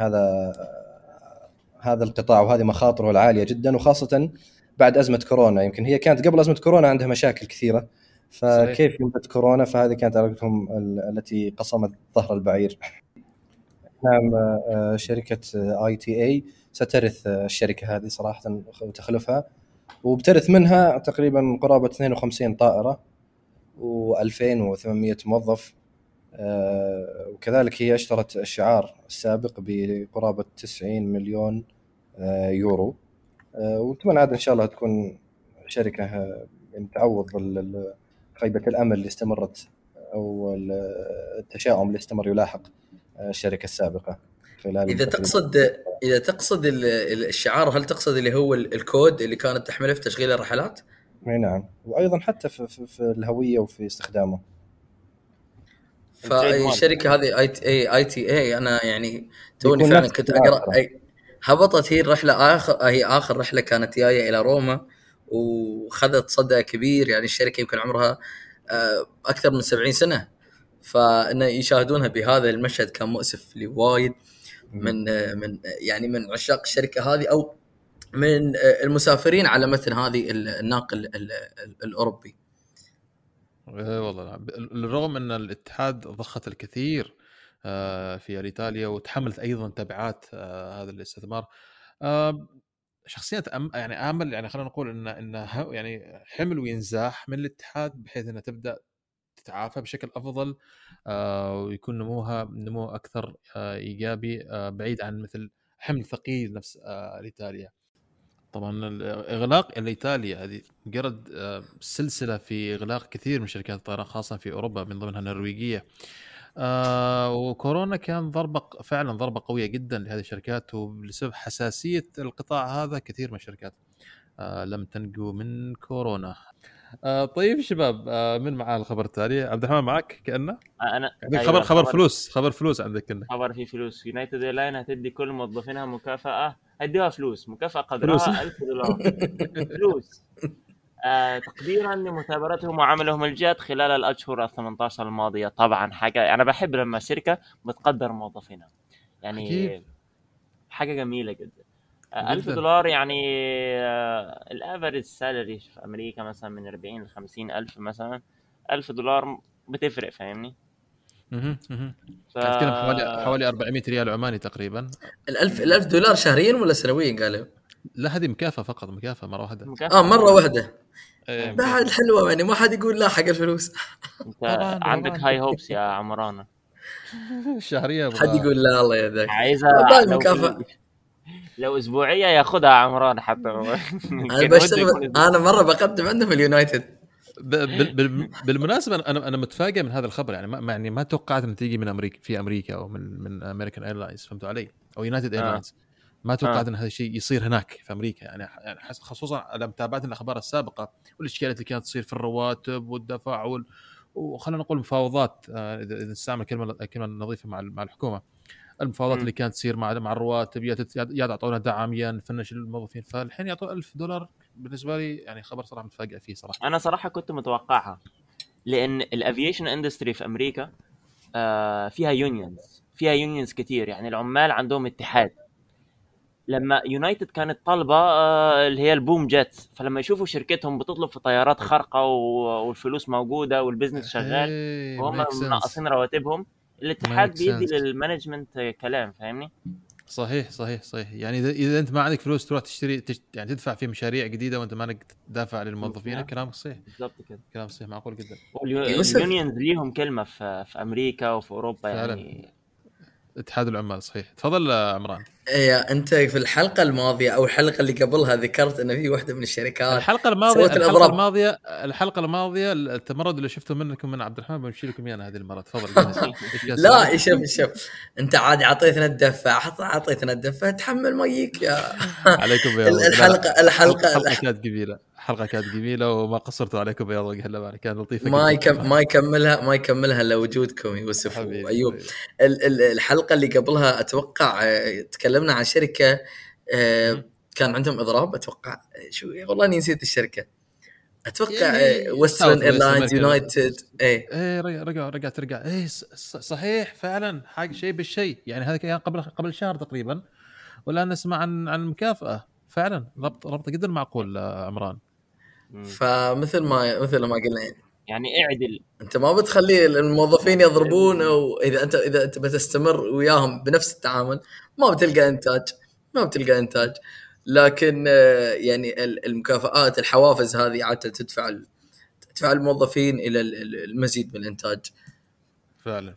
هذا القطاع وهذه مخاطره العالية جدا، وخاصة بعد أزمة كورونا. يمكن هي كانت قبل أزمة كورونا عندها مشاكل كثيرة، فكيف يمت كورونا؟ فهذه كانت علاقتهم التي قصمت ظهر البعير. نعم، شركة ITA سترث الشركة هذه صراحة وتخلفها، وبترث منها تقريبا قرابة 52 طائرة و2800 موظف. وكذلك هي اشترت الشعار السابق بقرابة 90 مليون يورو. واتمنى عاد ان شاء الله تكون شركه تعوض خيبه الامل اللي استمرت، او التشاؤم اللي استمر يلاحق الشركه السابقه خلال.
اذا تقصد الشعار، هل تقصد اللي هو الكود اللي كانت تحمله في تشغيل الرحلات؟
نعم، وايضا حتى في الهويه وفي استخدامه.
فالشركه هذه ITA انا يعني توني فعلا كنت اقرا هبطت هي الرحله، هي اخر رحله كانت جايه الى روما، وخذت صدى كبير. يعني الشركه يمكن عمرها اكثر من 70 سنه، فان يشاهدونها بهذا المشهد كان مؤسف لوايد من عشاق الشركه هذه، او من المسافرين على مثل هذه الناقل الاوروبي.
والله بالرغم ان الاتحاد ضخت الكثير في ايطاليا، وتحملت ايضا تبعات هذا الاستثمار. شخصيا يعني امل، يعني خلينا نقول ان يعني حمل وينزاح من الاتحاد بحيث انها تبدا تتعافى بشكل افضل، ويكون نمو اكثر ايجابي، بعيد عن مثل حمل ثقيل نفس ايطاليا. طبعا الاغلاق الايطالي هذه مجرد سلسله في اغلاق كثير من شركات الطيران خاصه في اوروبا من ضمنها النرويجيه. وكورونا كان فعلا ضربه قويه جدا لهذه الشركات، وبسبب حساسيه القطاع هذا كثير من الشركات لم تنجو من كورونا. طيب شباب، من معاه الخبر التالي؟ عبد الرحمن معك كأنه
انا
عندك
أيوة،
خبر فلوس عندك كأنه
خبر فيه فلوس. يونايتد ايرلاين هتدي كل موظفينها مكافأة، هديها فلوس، مكافأة قدرها $1000 فلوس تقديرا لمثابرتهم وعملهم الجاد خلال الأشهر 18 الماضية. طبعا حاجة أنا بحب لما الشركة بتقدر موظفينها، يعني
أكيد.
حاجة جميلة جدا.
جداً.
$1000 يعني الافريج سالري في أمريكا مثلا من 40 ل 50 ألف مثلا. $1000 بتفرق، فاهمني؟
كان تتكلم حوالي 400 ريال عماني تقريبا.
$1000 شهريا ولا سنويا قالوا؟
لا هذه مكافأة فقط، مكافأة مرة واحدة.
مرة واحدة.
إيه
بعد حلوة يعني، ما حد يقول لا حق الفلوس.
انت عندك هاي هوبس يا عمران.
شهرية
حد يقول لا الله يا ذاك.
عايزها لو اسبوعيه ياخدها عمران حتى.
انا مره بقدم عندهم اليونايتد.
بالمناسبه انا متفاجئ من هذا الخبر، يعني ما توقعت ان تيجي من امريكا او من امريكان ايرلاينز، فهمتوا علي، او يونايتد ايرلاينز. ما توقعت ان هذا الشيء يصير هناك في امريكا، يعني خصوصا على متابعه الاخبار السابقه والاشكاليات اللي كانت تصير في الرواتب والدفع وخلينا نقول مفاوضات، اذا نستعمل كلمه نظيفه مع الحكومه. المفاوضات اللي كانت تصير مع الرواتب، يا يعطونا دعم يا نفنش الموظفين، فالحين يعطوا $1000. بالنسبه لي يعني خبر صراحه متفاجئ فيه صراحه.
انا صراحه كنت متوقعها، لان الافيشن اندستري في امريكا فيها يونيونز كتير، يعني العمال عندهم اتحاد. لما يونايتد كانت طالبه اللي هي البوم جيت، فلما يشوفوا شركتهم بتطلب في طيارات خارقه والفلوس موجوده والبيزنس شغال وهم ناقصين رواتبهم، الاتحاد بيدي للمانجمنت كلام، فاهمني؟
صحيح. يعني اذا انت ما عندك فلوس تروح تشتري يعني تدفع في مشاريع جديده وانت ما عندك دافع للموظفين، كلامك صحيح.
بالضبط كده،
كلام صحيح معقول جدا.
اليونيونز ليهم كلمه في امريكا وفي اوروبا فعلا. يعني
اتحاد العمال. صحيح. تفضل عمران.
ايه، انت في الحلقه الماضيه او الحلقه اللي قبلها ذكرت ان في واحده من الشركات
الحلقه الماضيه التمرد اللي شفته منكم من عبد الرحمن بمشي لكم اياه هذه المره. تفضل.
لا شوف انت عادي اعطيتنا الدفه تحمل ميك يا
عليكم بياض.
الحلقه
كانت جميله وما قصرتوا عليكم بياض وجه الله، كان لطيفه.
ما يكملها لوجودكم يوسف وايوب. الحلقه اللي قبلها اتوقع تكلمنا عن شركه كان عندهم اضراب، اتوقع شو والله نسيت الشركه، اتوقع ويسترن ايرلاينز يونايتد.
رجعت صحيح فعلا حاجه شيء بالشيء، يعني هذا كان قبل شهر تقريبا، والان نسمع عن المكافاه. فعلا ربط جدا معقول عمران.
فمثل ما قلنا
يعني اعدل،
انت ما بتخلي الموظفين يضربون، او اذا انت بتستمر وياهم بنفس التعامل ما بتلقى انتاج. لكن يعني المكافآت الحوافز هذه عادة تدفع الموظفين الى المزيد من الانتاج.
فعلا.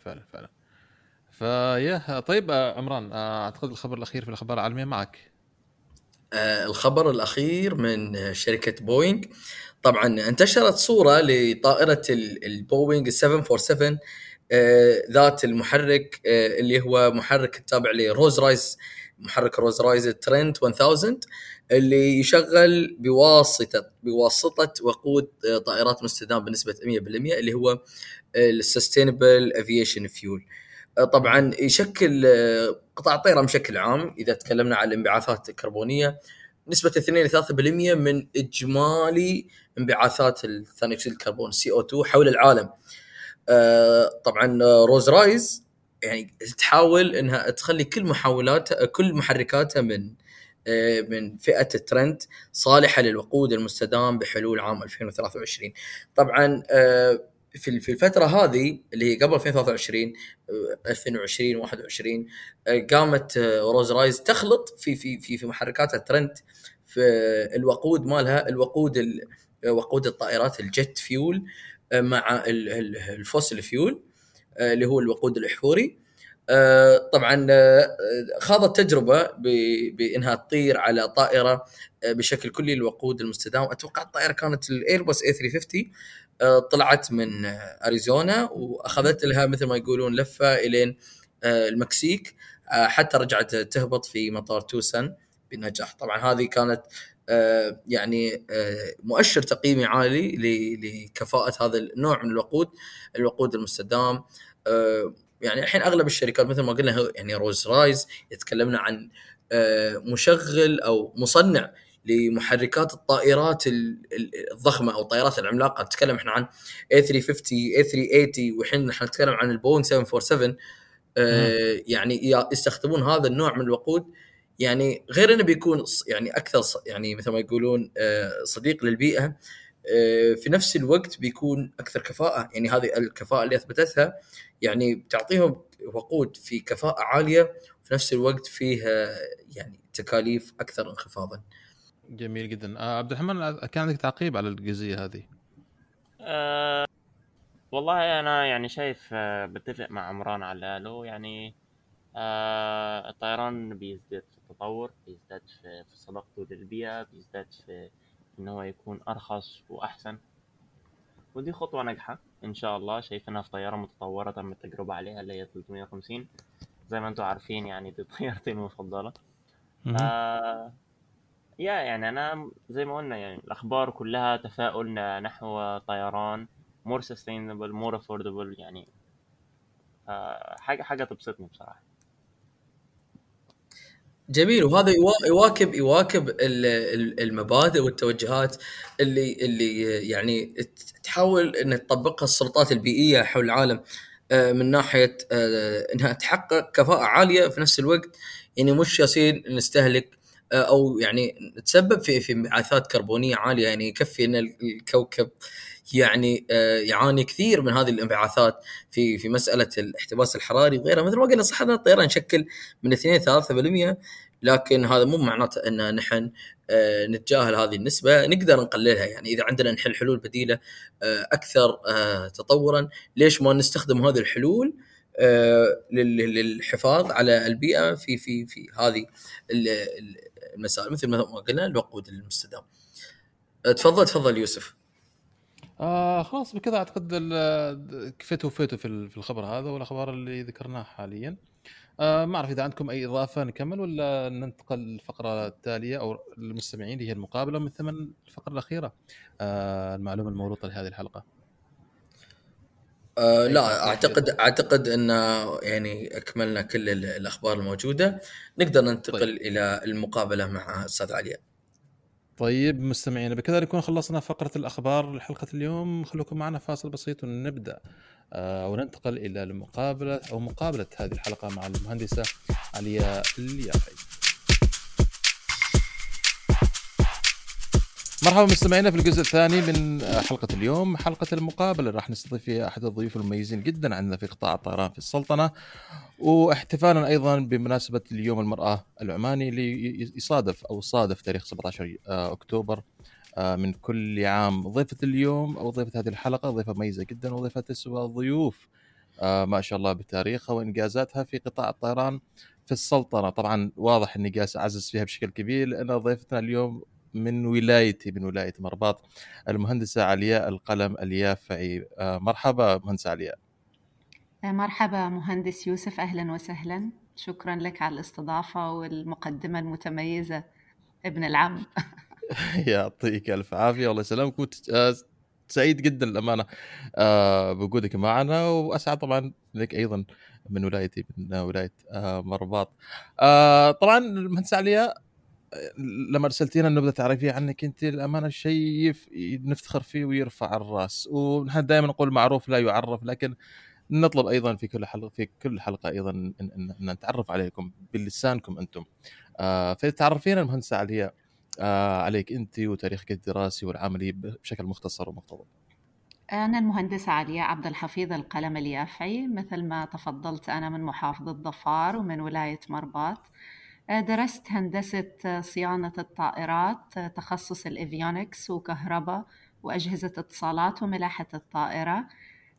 فيا طيب عمران، اعتقد الخبر الاخير في الاخبار العالميه معك.
الخبر الاخير من شركه بوينغ. طبعا انتشرت صوره لطائره البوينغ 747 ذات المحرك اللي هو محرك التابع لروز رايس، محرك روز رايس ترنت 1000 اللي يشغل بواسطه وقود طائرات مستدام بنسبه 100%، اللي هو السستينبل افيشن فيول. طبعا يشكل قطاع الطيران بشكل عام، اذا تكلمنا عن الانبعاثات الكربونيه نسبه 2-3% من اجمالي انبعاثات ثاني اكسيد الكربون CO2 حول العالم. طبعا روز رايز يعني تحاول انها تخلي كل محركاتها من فئه الترند صالحه للوقود المستدام بحلول عام 2023. طبعا في الفتره هذه اللي هي قبل 2023 2020 21 قامت روز رايز تخلط في محركات الترند في الوقود مالها، وقود الطائرات الجيت فيول مع الفوسيل فيول اللي هو الوقود الاحفوري. طبعا خاضت تجربه بانها تطير على طائره بشكل كلي الوقود المستدام. اتوقع الطائره كانت الايرباص A350. طلعت من اريزونا واخذت لها مثل ما يقولون لفه الين المكسيك، حتى رجعت تهبط في مطار توسن بنجاح. طبعا هذه كانت يعني مؤشر تقييمي عالي لكفاءة هذا النوع من الوقود المستدام. يعني الحين اغلب الشركات مثل ما قلنا يعني روز رايز يتكلمنا عن مشغل او مصنع لمحركات الطائرات الضخمه او الطائرات العملاقه. نتكلم احنا عن A350 A380 وحين نحن نتكلم عن البوينغ 747. يعني يستخدمون هذا النوع من الوقود، يعني غير انه بيكون يعني اكثر يعني مثل ما يقولون صديق للبيئه، في نفس الوقت بيكون اكثر كفاءه. يعني هذه الكفاءه اللي اثبتتها يعني بتعطيهم وقود في كفاءه عاليه وفي نفس الوقت فيها يعني تكاليف اكثر انخفاضا.
جميل جدا. عبد الرحمن، كان عندك تعقيب على الجزئيه هذه؟
والله انا يعني شايف بتفق مع عمران على اللي قاله. يعني الطيران بيزداد في التطور، بيزداد في صداقته للبيئة، بيزداد في إن هو يكون أرخص وأحسن، ودي خطوة ناجحة إن شاء الله. شايفينها في طيارة متطورة تم التجربة عليها اللي هي 350 زي ما أنتوا عارفين، يعني دي طيارتي المفضلة. يعني أنا زي ما قلنا، يعني الأخبار كلها تفاؤل نحو طيران more sustainable more affordable. يعني حاجة تبسطني بصراحة.
جميل. وهذا يواكب المبادئ والتوجهات اللي يعني تحاول ان تطبقها السلطات البيئيه حول العالم، من ناحيه انها تحقق كفاءه عاليه في نفس الوقت. يعني مش يصير نستهلك او يعني تسبب في انبعاثات كربونيه عاليه. يعني يكفي ان الكوكب يعني يعاني كثير من هذه الانبعاثات في مساله الاحتباس الحراري وغيرها. مثل ما قلنا صح ان الطيران نشكل من 2-3%، لكن هذا مو معناته ان نحن نتجاهل هذه النسبه. نقدر نقللها. يعني اذا عندنا نحل حلول بديله اكثر تطورا، ليش ما نستخدم هذه الحلول للحفاظ على البيئه في هذه المسائل مثل ما قلنا الوقود المستدام. تفضل يوسف.
خلاص بكذا اعتقد كفيتوا في الخبر هذا والاخبار اللي ذكرناها حاليا. ما اعرف اذا عندكم اي اضافه نكمل ولا ننتقل للفقره التاليه او المستمعين اللي هي المقابله، من ثم الفقره الاخيره المعلومه الموروثه لهذه الحلقه.
لا اعتقد ان يعني اكملنا كل الاخبار الموجوده. نقدر ننتقل
طيب.
الى المقابله مع استاذ علياء.
طيب مستمعينا، بكذا نكون خلصنا فقره الاخبار لحلقه اليوم. خلوكم معنا فاصل بسيط ونبدا وننتقل الى المقابله او مقابله هذه الحلقه مع المهندسه علياء اليافعي. مرحبا مستمعينا في الجزء الثاني من حلقة اليوم، حلقة المقابلة. راح نستضيف فيها أحد الضيوف المميزين جدا عندنا في قطاع الطيران في السلطنة، واحتفالا أيضا بمناسبة اليوم المرأة العماني اللي صادف تاريخ 17 أكتوبر من كل عام. ضيفة اليوم أو ضيفة هذه الحلقة ضيفة مميزة جدا، وضيفة تسوى ضيوف ما شاء الله بتاريخها وإنجازاتها في قطاع الطيران في السلطنة. طبعا واضح أني قاس أعزز فيها بشكل كبير، لأن ضيفتنا اليوم من ولاية مرباط، المهندسة علياء القلم اليافعي. مرحبا مهندسة علياء.
مرحبا مهندس يوسف، أهلا وسهلا. شكرا لك على الاستضافة والمقدمة المتميزة ابن العم.
يعطيك ألف عافية والله يسلمك. كنت سعيد جدا الأمانة بوجودك معنا، وأسعد طبعا لك أيضا من ولايتي من ولاية مرباط. طبعا المهندسة علياء لما رسلتينا النبذة تعرفية عنك أنت الأمانة شيء نفتخر فيه ويرفع الرأس، ونحن دائما نقول معروف لا يعرف، لكن نطلب أيضا في كل حلقة أيضا أن نتعرف عليكم بلسانكم أنتم. فتعرفين المهندسة علياء عليك أنت وتاريخك الدراسي والعملي بشكل مختصر ومقتضب.
أنا المهندسة علياء عبد الحفيظ القلم اليافعي، مثل ما تفضلت. أنا من محافظة ظفار ومن ولاية مرباط. درست هندسة صيانة الطائرات، تخصص الإفيونكس وكهرباء وأجهزة اتصالات وملاحة الطائرة.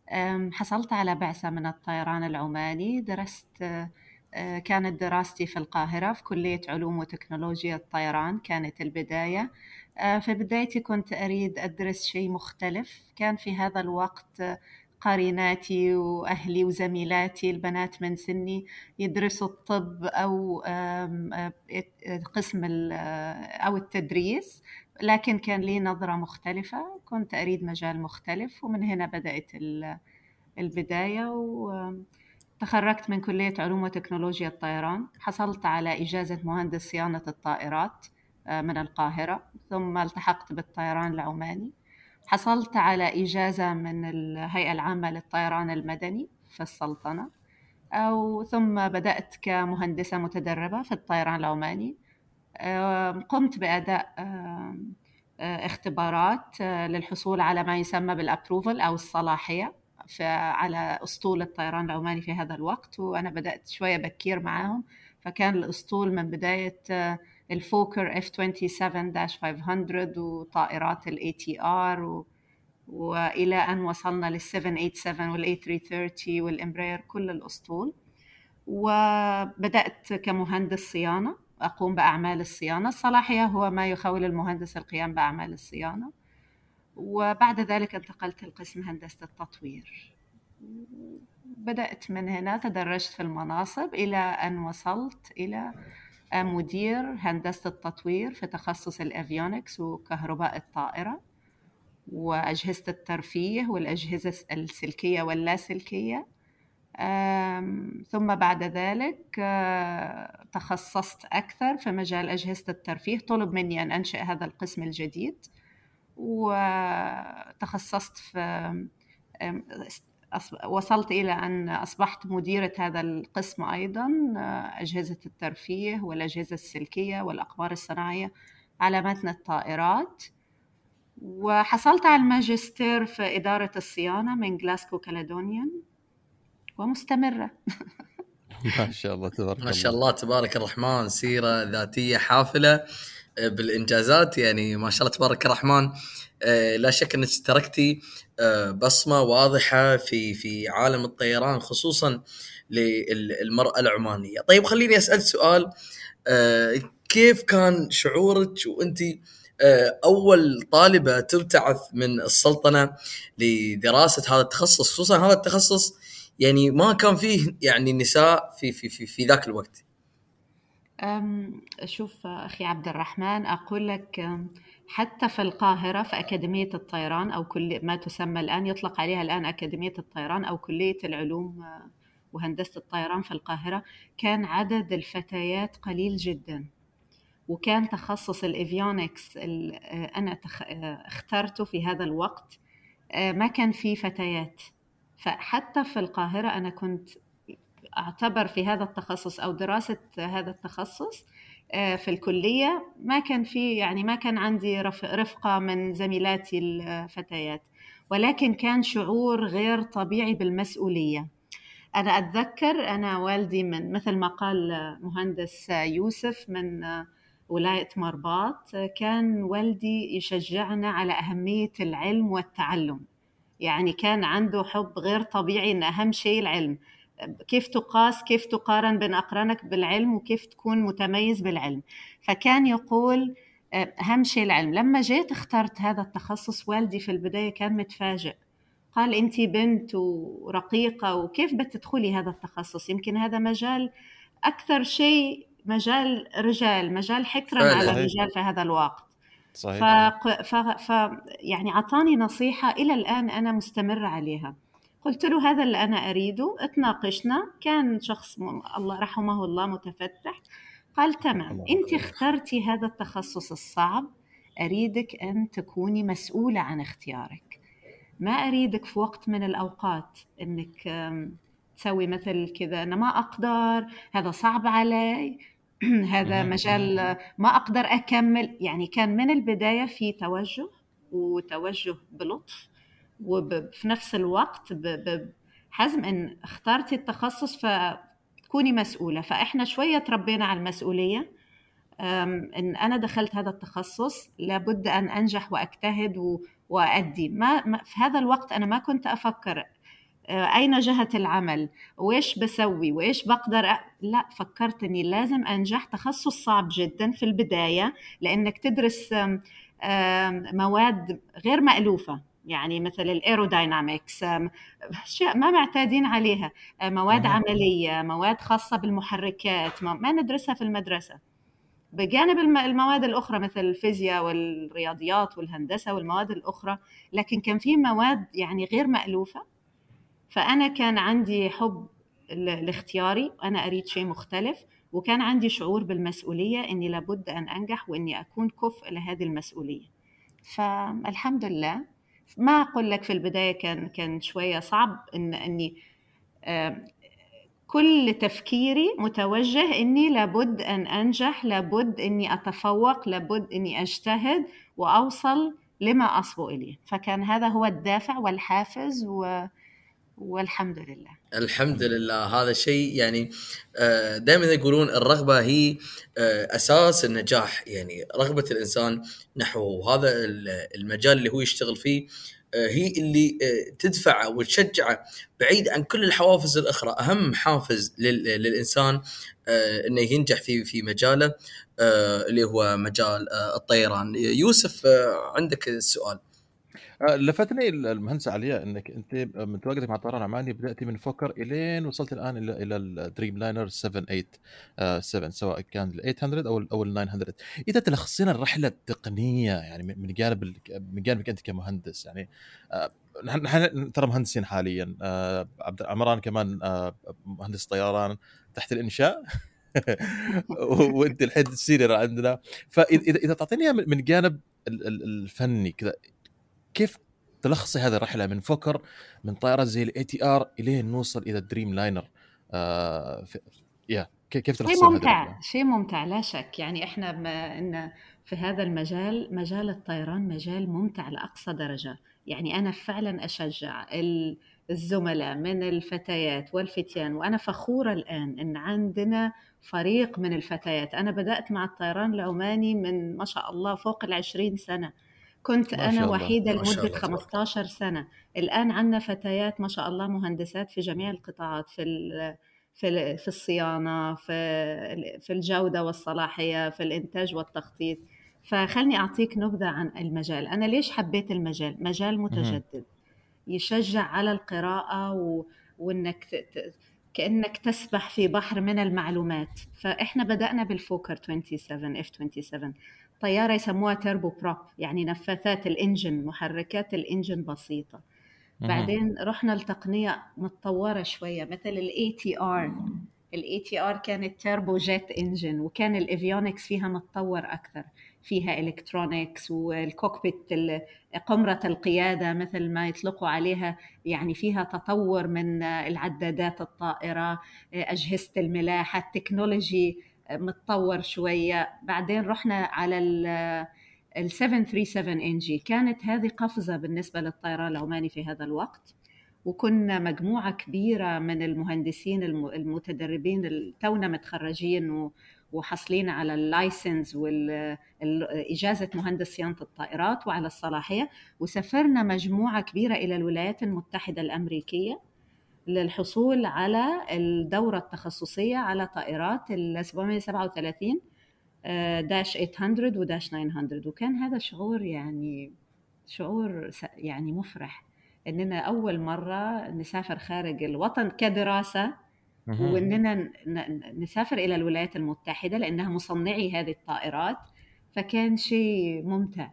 حصلت على بعثة من الطيران العماني. كانت دراستي في القاهرة في كلية علوم وتكنولوجيا الطيران كانت البداية. في بدايتي كنت أريد أدرس شيء مختلف. كان في هذا الوقت قريناتي وأهلي وزميلاتي البنات من سني يدرسوا الطب أو قسم أو التدريس، لكن كان لي نظرة مختلفة، كنت أريد مجال مختلف، ومن هنا بدأت البداية. وتخرجت من كلية علوم وتكنولوجيا الطيران، حصلت على إجازة مهندس صيانة الطائرات من القاهرة، ثم التحقت بالطيران العماني. حصلت على إجازة من الهيئة العامة للطيران المدني في السلطنة، ثم بدأت كمهندسة متدربة في الطيران العماني. قمت بأداء اختبارات للحصول على ما يسمى بالأبروفل أو الصلاحية على أسطول الطيران العماني في هذا الوقت، وأنا بدأت شوية بكير معهم. فكان الأسطول من بداية الفوكر F-27-500 وطائرات ATR وإلى أن وصلنا لل 787 وال A330 والإمبراير، كل الأسطول. وبدأت كمهندس صيانة أقوم بأعمال الصيانة. الصلاحية هو ما يخول المهندس القيام بأعمال الصيانة. وبعد ذلك انتقلت لقسم هندسة التطوير. بدأت من هنا، تدرجت في المناصب إلى أن وصلت إلى مدير هندسة التطوير في تخصص الأفيونكس وكهرباء الطائرة وأجهزة الترفيه والأجهزة السلكية واللاسلكية. ثم بعد ذلك تخصصت أكثر في مجال أجهزة الترفيه. طلب مني أن أنشئ هذا القسم الجديد، وتخصصت في وصلت إلى أن أصبحت مديرة هذا القسم أيضا، أجهزة الترفيه والأجهزة السلكية والأقمار الصناعية على متن الطائرات. وحصلت على الماجستير في إدارة الصيانة من غلاسكو كاليدونيان، ومستمرة.
ما شاء الله تبارك الله.
ما شاء الله تبارك الرحمن، سيرة ذاتية حافلة بالإنجازات، يعني ما شاء الله تبارك الرحمن. لا شك أنك تركتي بصمة واضحة في عالم الطيران، خصوصا للمرأة العمانية. طيب خليني أسأل سؤال، كيف كان شعورك وأنتي أول طالبة تبتعث من السلطنة لدراسة هذا التخصص، خصوصا هذا التخصص يعني ما كان فيه يعني نساء في ذاك الوقت؟
شوف أخي عبد الرحمن، أقول لك حتى في القاهرة في أكاديمية الطيران أو كل ما تسمى الآن، يطلق عليها الآن أكاديمية الطيران أو كلية العلوم وهندسة الطيران في القاهرة، كان عدد الفتيات قليل جدا. وكان تخصص الإفيونكس أنا اخترته في هذا الوقت ما كان فيه فتيات. فحتى في القاهرة أنا كنت أعتبر في هذا التخصص أو دراسة هذا التخصص في الكلية ما كان فيه، يعني ما كان عندي رفقة من زميلاتي الفتيات، ولكن كان شعور غير طبيعي بالمسؤولية. أنا أتذكر أنا والدي من مثل ما قال مهندس يوسف من ولاية مرباط، كان والدي يشجعنا على أهمية العلم والتعلم. يعني كان عنده حب غير طبيعي إن أهم شيء العلم. كيف تقارن بين أقرانك بالعلم وكيف تكون متميز بالعلم. فكان يقول أهم شيء العلم. لما جيت اخترت هذا التخصص، والدي في البداية كان متفاجئ، قال أنتي بنت ورقيقة وكيف بتدخلي هذا التخصص؟ يمكن هذا مجال أكثر شيء مجال رجال، مجال حكرا على الرجال في هذا الوقت. صحيح. يعني عطاني نصيحة إلى الآن أنا مستمر عليها. قلت له هذا اللي أنا أريده، اتناقشنا، كان شخص الله رحمه الله متفتح، قال تمام، أنت اخترتي هذا التخصص الصعب، أريدك أن تكوني مسؤولة عن اختيارك، ما أريدك في وقت من الأوقات أنك تسوي مثل كذا، أنا ما أقدر، هذا صعب علي، هذا مجال ما أقدر أكمل. يعني كان من البداية في توجه بلطف، وفي نفس الوقت بحزم أن اخترتي التخصص فتكوني مسؤولة. فإحنا شوية تربينا على المسؤولية، أن أنا دخلت هذا التخصص لابد أن أنجح وأجتهد وأدي. في هذا الوقت أنا ما كنت أفكر أين جهة العمل وإيش بسوي وإيش بقدر لا، فكرت أني لازم أنجح. تخصص صعب جدا في البداية لأنك تدرس مواد غير مألوفة، يعني مثل الايروداينامكس، أشياء ما معتادين عليها، مواد عملية، مواد خاصة بالمحركات ما ندرسها في المدرسة، بجانب المواد الأخرى مثل الفيزياء والرياضيات والهندسة والمواد الأخرى. لكن كان في مواد يعني غير مألوفة، فأنا كان عندي حب لاختياري، أنا أريد شيء مختلف، وكان عندي شعور بالمسؤولية أني لابد أن أنجح وأني أكون كفء لهذه المسؤولية. فالحمد لله. ما أقول لك في البداية كان شوية صعب أني كل تفكيري متوجه أني لابد أن أنجح، لابد أني أتفوق، لابد أني أجتهد وأوصل لما أصبو إليه. فكان هذا هو الدافع والحافز والحمد لله.
الحمد لله. هذا شيء يعني دائما يقولون الرغبة هي أساس النجاح، يعني رغبة الإنسان نحو هذا المجال اللي هو يشتغل فيه هي اللي تدفعه وتشجعه بعيد عن كل الحوافز الأخرى. أهم حافز للإنسان إنه ينجح في مجاله اللي هو مجال الطيران. يوسف عندك السؤال.
لفتني المهندس عليا انك انت من تواجدك مع الطيران العماني بداتي من فوكر الين وصلت الان الى الدريم لاينر 787، سواء كان ال 800 او ال 900. اذا تلخصينا الرحله التقنيه يعني من جانبك انت كمهندس، يعني نحن ترى مهندسين حاليا، عبد عمران كمان مهندس طيران تحت الانشاء وانت الحين السينيور عندنا. فاذا تعطيني من جانب الفني كذا، كيف تلخصي هذه الرحله من فكر من طائره زي الاي تي ار الين نوصل الى الدريم لاينر؟ كيف تلخصي هذه الرحله؟
شيء ممتع لا شك. يعني احنا ان في هذا المجال، مجال الطيران مجال ممتع لاقصى درجه. يعني انا فعلا اشجع الزملاء من الفتيات والفتيان، وانا فخوره الان ان عندنا فريق من الفتيات. انا بدات مع الطيران العماني من ما شاء الله فوق 20 سنة، كنت أنا وحيدة لمدة 15 سنة. الآن عندنا فتيات ما شاء الله مهندسات في جميع القطاعات، في الصيانة، في الجودة والصلاحية، في الإنتاج والتخطيط. فخلني أعطيك نبذة عن المجال. أنا ليش حبيت المجال؟ مجال متجدد يشجع على القراءة وإنك كأنك تسبح في بحر من المعلومات. فإحنا بدأنا بالفوكر 27 F-27، طيارة يسموها تيربو بروب، يعني نفاثات الإنجن، محركات الإنجن بسيطة. بعدين رحنا لتقنية متطورة شوية مثل ال ATR. ال ATR كانت تيربو جيت إنجن، وكان الإفيونكس فيها متطور أكثر، فيها إلكترونيكس، والكوكبيت قمرة القيادة مثل ما يطلقوا عليها، يعني فيها تطور من العدادات الطائرة، أجهزة الملاحة، التكنولوجي متطور شوية. بعدين رحنا على ال 737NG، كانت هذه قفزة بالنسبة للطيران العماني في هذا الوقت. وكنا مجموعة كبيرة من المهندسين المتدربين تونا متخرجين وحصلين على اللايسنس والإجازة مهندس صيانة الطائرات وعلى الصلاحية. وسافرنا مجموعة كبيرة إلى الولايات المتحدة الأمريكية للحصول على الدورة التخصصية على طائرات ال 737 داش 800 وداش 900. وكان هذا شعور يعني مفرح إننا أول مرة نسافر خارج الوطن كدراسة، وإننا نسافر إلى الولايات المتحدة لأنها مصنعي هذه الطائرات. فكان شيء ممتع.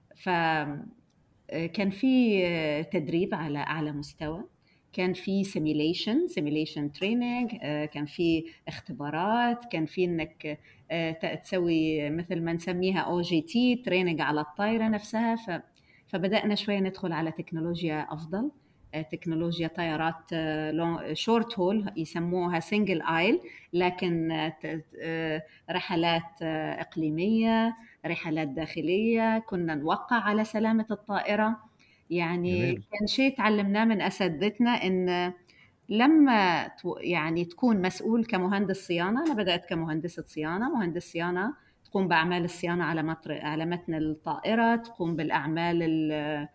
فكان في تدريب على أعلى مستوى، كان في سيميليشن تريننج، كان في اختبارات، كان في إنك تسوي مثل ما نسميها OJT تريننج على الطائرة نفسها. فبدأنا شوية ندخل على تكنولوجيا أفضل، تكنولوجيا طيارات شورت هول يسموها سنجل آيل، لكن رحلات إقليمية، رحلات داخلية، كنا نوقع على سلامة الطائرة. يعني جميل. كان شيء تعلمناه من أساتذتنا إن لما يعني تكون مسؤول كمهندس صيانة، أنا بدأت كمهندسة صيانة، مهندس صيانة تقوم بأعمال الصيانة على متن الطائرة، تقوم بالأعمال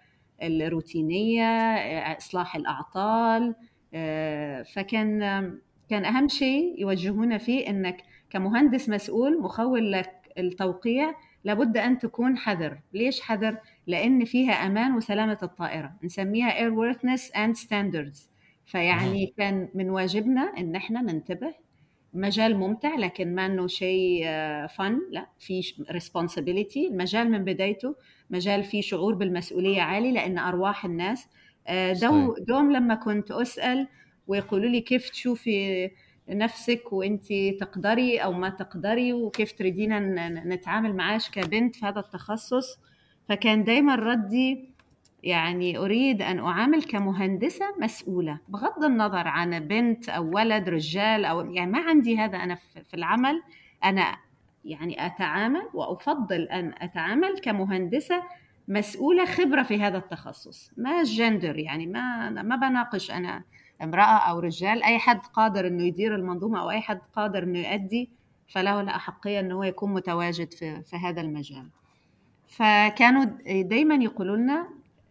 الروتينية، إصلاح الأعطال. فكان أهم شيء يوجهونا فيه إنك كمهندس مسؤول مخول لك التوقيع لابد أن تكون حذر. ليش حذر؟ لأن فيها أمان وسلامة الطائرة، نسميها airworthiness and standards. فيعني كان من واجبنا إن احنا ننتبه. مجال ممتع لكن ما انه شيء فن، لا، في responsibility. المجال من بدايته مجال فيه شعور بالمسؤولية عالي لأن أرواح الناس. دوم لما كنت أسأل ويقولوا لي كيف تشوفي نفسك وانت تقدري أو ما تقدري وكيف تريدين نتعامل معاش كبنت في هذا التخصص، فكان دايما ردي يعني أريد أن أعامل كمهندسة مسؤولة بغض النظر عن بنت أو ولد رجال، أو يعني ما عندي هذا. أنا في العمل أنا يعني أتعامل وأفضل أن أتعامل كمهندسة مسؤولة خبرة في هذا التخصص، ما جندر. يعني ما بناقش أنا امرأة أو رجال، أي حد قادر أنه يدير المنظومة أو أي حد قادر أنه يؤدي فله الأحقية أنه يكون متواجد في هذا المجال. فكانوا دايما يقولوا لنا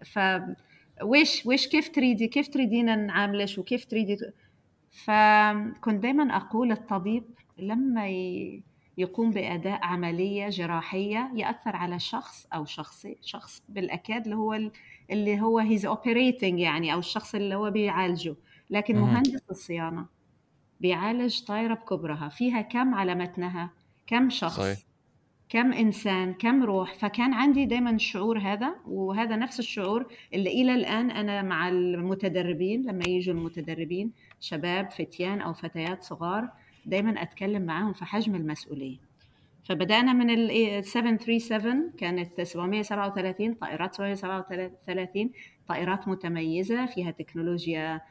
ويش كيف تريدين نعاملش وكيف تريدي. فكنت دايما أقول الطبيب لما يقوم بأداء عملية جراحية يأثر على شخص أو شخص بالأكاد اللي هو he's operating يعني، أو الشخص اللي هو بيعالجه. لكن مهندس الصيانة بيعالج طائرة بكبرها فيها كم على متنها، كم شخص صحيح. كم إنسان، كم روح. فكان عندي دايما الشعور هذا، وهذا نفس الشعور اللي إلى الآن أنا مع المتدربين لما يجوا المتدربين شباب فتيان أو فتيات صغار دايما أتكلم معهم في حجم المسؤولية. فبدأنا من ال 737 كانت 737 طائرات 737 طائرات متميزة فيها تكنولوجيا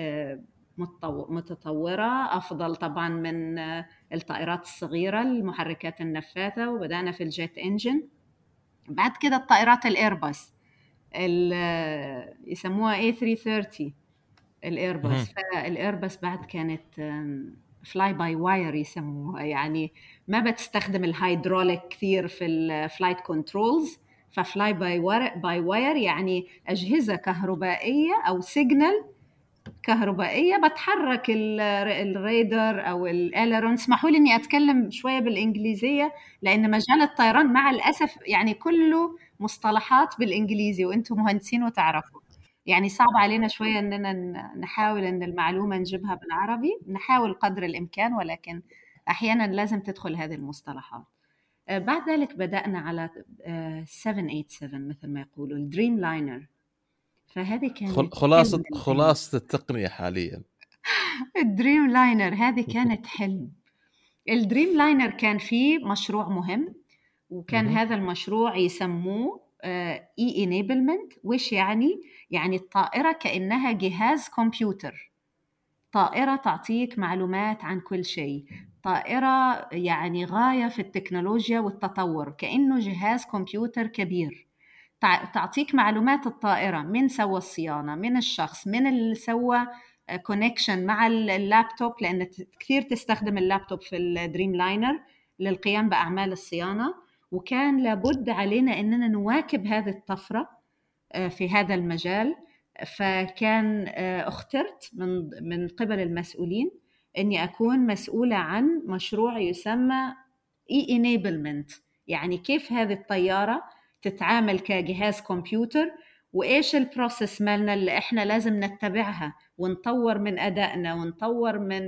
متطورة أفضل طبعا من الطائرات الصغيرة المحركات النفاثة. وبدأنا في الجيت إنجن. بعد كده الطائرات الإيرباص يسموها A330 الإيرباص. فالإيرباص بعد كانت فلاي باي واير يسموها، يعني ما بتستخدم الهيدروليك كثير في الفلايت كنترولز. ففلاي باي واير يعني أجهزة كهربائية أو سيجنال كهربائية بتحرك الرادار أو الأليرون. اسمحوا لي إني أتكلم شوية بالإنجليزية لأن مجال الطيران مع الأسف يعني كله مصطلحات بالإنجليزي وأنتم مهندسين وتعرفوا، يعني صعب علينا شوية أننا نحاول أن المعلومة نجيبها بالعربي، نحاول قدر الإمكان، ولكن أحيانا لازم تدخل هذه المصطلحات. بعد ذلك بدأنا على 787 مثل ما يقولوا الدريم لاينر. فهذه كانت
خلاصة التقنية حاليا.
الدريم لاينر هذه كانت حلم. الدريم لاينر كان فيه مشروع مهم، وكان هذا المشروع يسموه enablement. وش يعني الطائرة كأنها جهاز كمبيوتر، طائرة تعطيك معلومات عن كل شيء، طائرة يعني غاية في التكنولوجيا والتطور، كأنه جهاز كمبيوتر كبير تعطيك معلومات الطائرة، من سوى الصيانة، من الشخص، من اللي سوى كونكشن مع اللابتوب، لأن كثير تستخدم اللابتوب في الدريم لاينر للقيام بأعمال الصيانة. وكان لابد علينا أننا نواكب هذه الطفرة في هذا المجال. فكان اخترت من قبل المسؤولين أني أكون مسؤولة عن مشروع يسمى e-enablement، يعني كيف هذه الطيارة تتعامل كجهاز كمبيوتر، وإيش البروسيس مالنا اللي إحنا لازم نتبعها ونطور من أدائنا ونطور من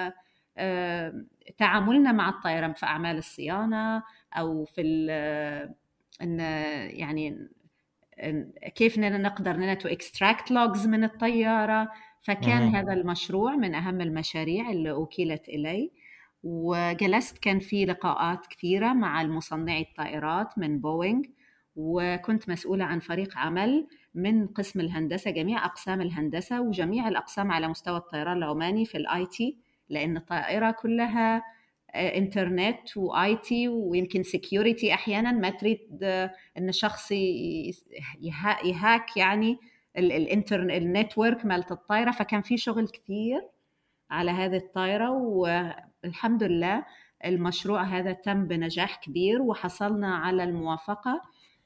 تعاملنا مع الطائرة في أعمال الصيانة، أو في يعني كيف نقدر to extract logs من الطيارة. فكان هذا المشروع من أهم المشاريع اللي أوكلت إلي، وجلست كان في لقاءات كثيرة مع المصنعي الطائرات من بوينغ، وكنت مسؤولة عن فريق عمل من قسم الهندسة، جميع أقسام الهندسة وجميع الأقسام على مستوى الطيران العماني في الآي تي، لأن الطائرة كلها انترنت واي تي ويمكن سيكيورتي. أحيانا ما تريد أن شخص يهاك يعني النتورك مالت الطائرة. فكان في شغل كثير على هذه الطائرة، والحمد لله المشروع هذا تم بنجاح كبير، وحصلنا على الموافقة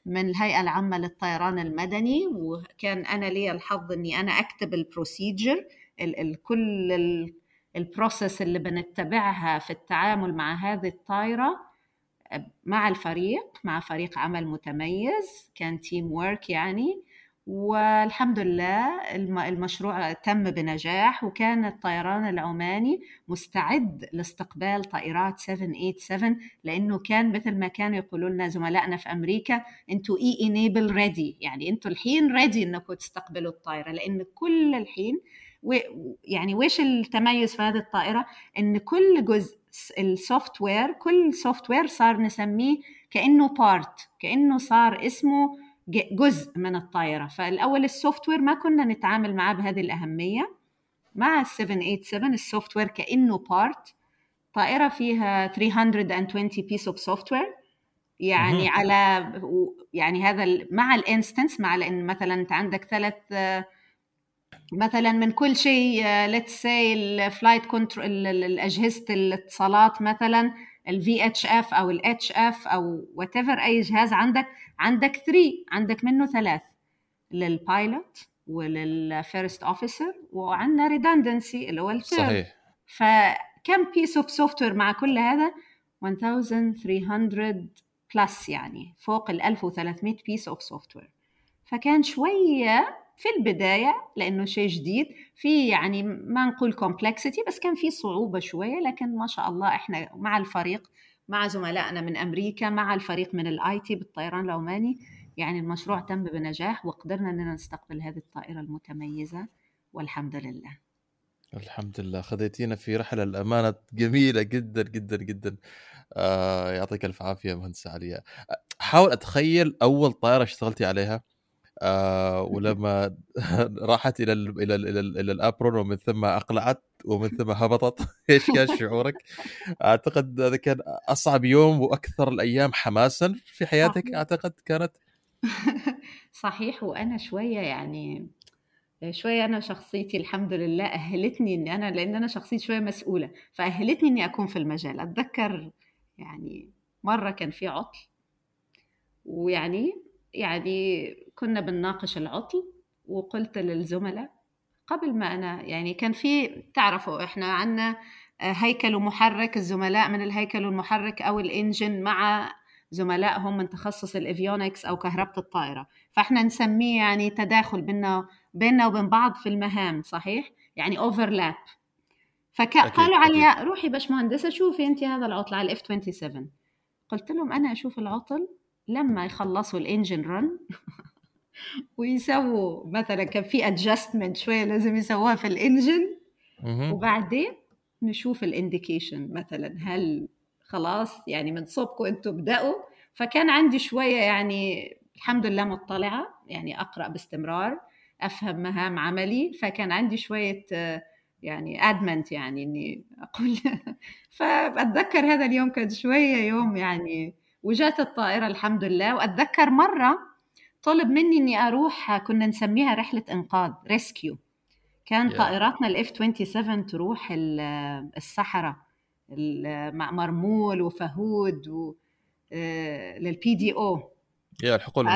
من الهيئة العامة للطيران المدني، وكان أنا لي الحظ أني أنا أكتب البروسيجر، كل البروسيس اللي بنتبعها في التعامل مع هذه الطائرة مع فريق عمل متميز، كان تيم وورك يعني. والحمد لله المشروع تم بنجاح، وكان الطيران العماني مستعد لاستقبال طائرات 787، لأنه كان مثل ما كانوا يقولوا لنا زملائنا في أمريكا، أنتوا enable ready، يعني أنتوا الحين ready أنكم تستقبلوا الطائرة، لأن كل الحين يعني ويش التميز في هذه الطائرة؟ أن كل جزء كل سوفت وير صار نسميه كأنه بارت، كأنه صار اسمه جزء من الطائرة. فالأول السوفت وير ما كنا نتعامل معه بهذه الأهمية. مع 787 السوفت وير كأنه بارت. طائرة فيها 320 piece of software، يعني على يعني هذا مع الانستنس، مع لأن مثلا أنت عندك 3 مثلا من كل شيء، let's say الفلايت كنترول، الأجهزة الاتصالات مثلا الVHF أو الHF أو whatever أي جهاز عندك 3، عندك منه 3 للبايلوت وللفيرست أوفيسر، وعندنا redundancy اللي هو الثيرد.
صحيح.
فكم piece of software مع كل هذا؟ 1300 plus، يعني فوق 1300 piece of software. فكان شوية في البداية لأنه شيء جديد، في يعني ما نقول complexity، بس كان في صعوبة شوية، لكن ما شاء الله إحنا مع الفريق، مع زملائنا من أمريكا، مع الفريق من الIT بالطيران العماني، يعني المشروع تم بنجاح، وقدرنا أننا نستقبل هذه الطائرة المتميزة، والحمد لله.
الحمد لله. خذيتينا في رحلة الأمانة جميلة جدا جدا جدا. يعطيك الف عافية مهندسة عليا. حاول أتخيل أول طائرة اشتغلتي عليها، ولما راحت إلى الأبرون ومن ثم أقلعت ومن ثم هبطت، إيش كان شعورك؟ أعتقد هذا كان أصعب يوم وأكثر الأيام حماسا في حياتك، أعتقد كانت.
صحيح. وأنا شوية يعني أنا شخصيتي الحمد لله أهلتني إني أنا، لأن أنا شخصيتي شوية مسؤولة، فأهلتني إني أكون في المجال. أتذكر يعني مرة كان في عطل، ويعني كنا بنناقش العطل، وقلت للزملاء قبل ما أنا يعني كان في، تعرفوا إحنا عنا هيكل ومحرك، الزملاء من الهيكل والمحرك أو الإنجن مع زملائهم من تخصص الإفيونكس أو كهرباء الطائرة، فإحنا نسميه يعني تداخل بيننا وبين بعض في المهام، صحيح؟ يعني overlap. فقالوا عليا روحي باش مهندسة شوفي أنت هذا العطل على F-27. قلت لهم أنا أشوف العطل لما يخلصوا الإنجن رن ويسووا مثلا كان في adjustment شوية لازم يسووها في الإنجن، وبعدين نشوف الانديكيشن مثلا هل خلاص يعني من صوبكم انتوا بدأوا. فكان عندي شوية يعني الحمد لله مطلعة، يعني أقرأ باستمرار، أفهم مهام عملي، فكان عندي شوية يعني adment يعني إني أقول فأتذكر هذا اليوم كان شوية يوم يعني. وجات الطائرة الحمد لله. وأتذكر مرة طلب مني إني أروح، كنا نسميها رحلة إنقاذ ريسكيو، كان طائراتنا ال F-27 تروح الصحراء مع مرمول وفهود للPDO
الحقول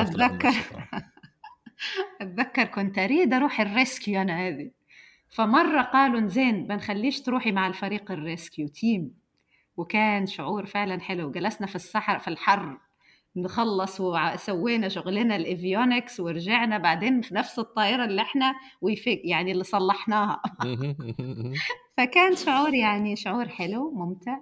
أتذكر كنت أريد أروح الريسكيو أنا هذه. فمرة قالوا زين بنخليش تروحي مع الفريق الريسكيو تيم، وكان شعور فعلا حلو. جلسنا في الصحراء في الحر نخلص وسوينا شغلنا الافيونكس ورجعنا بعدين في نفس الطائرة اللي احنا يعني اللي صلحناها. فكان شعور يعني شعور حلو ممتع.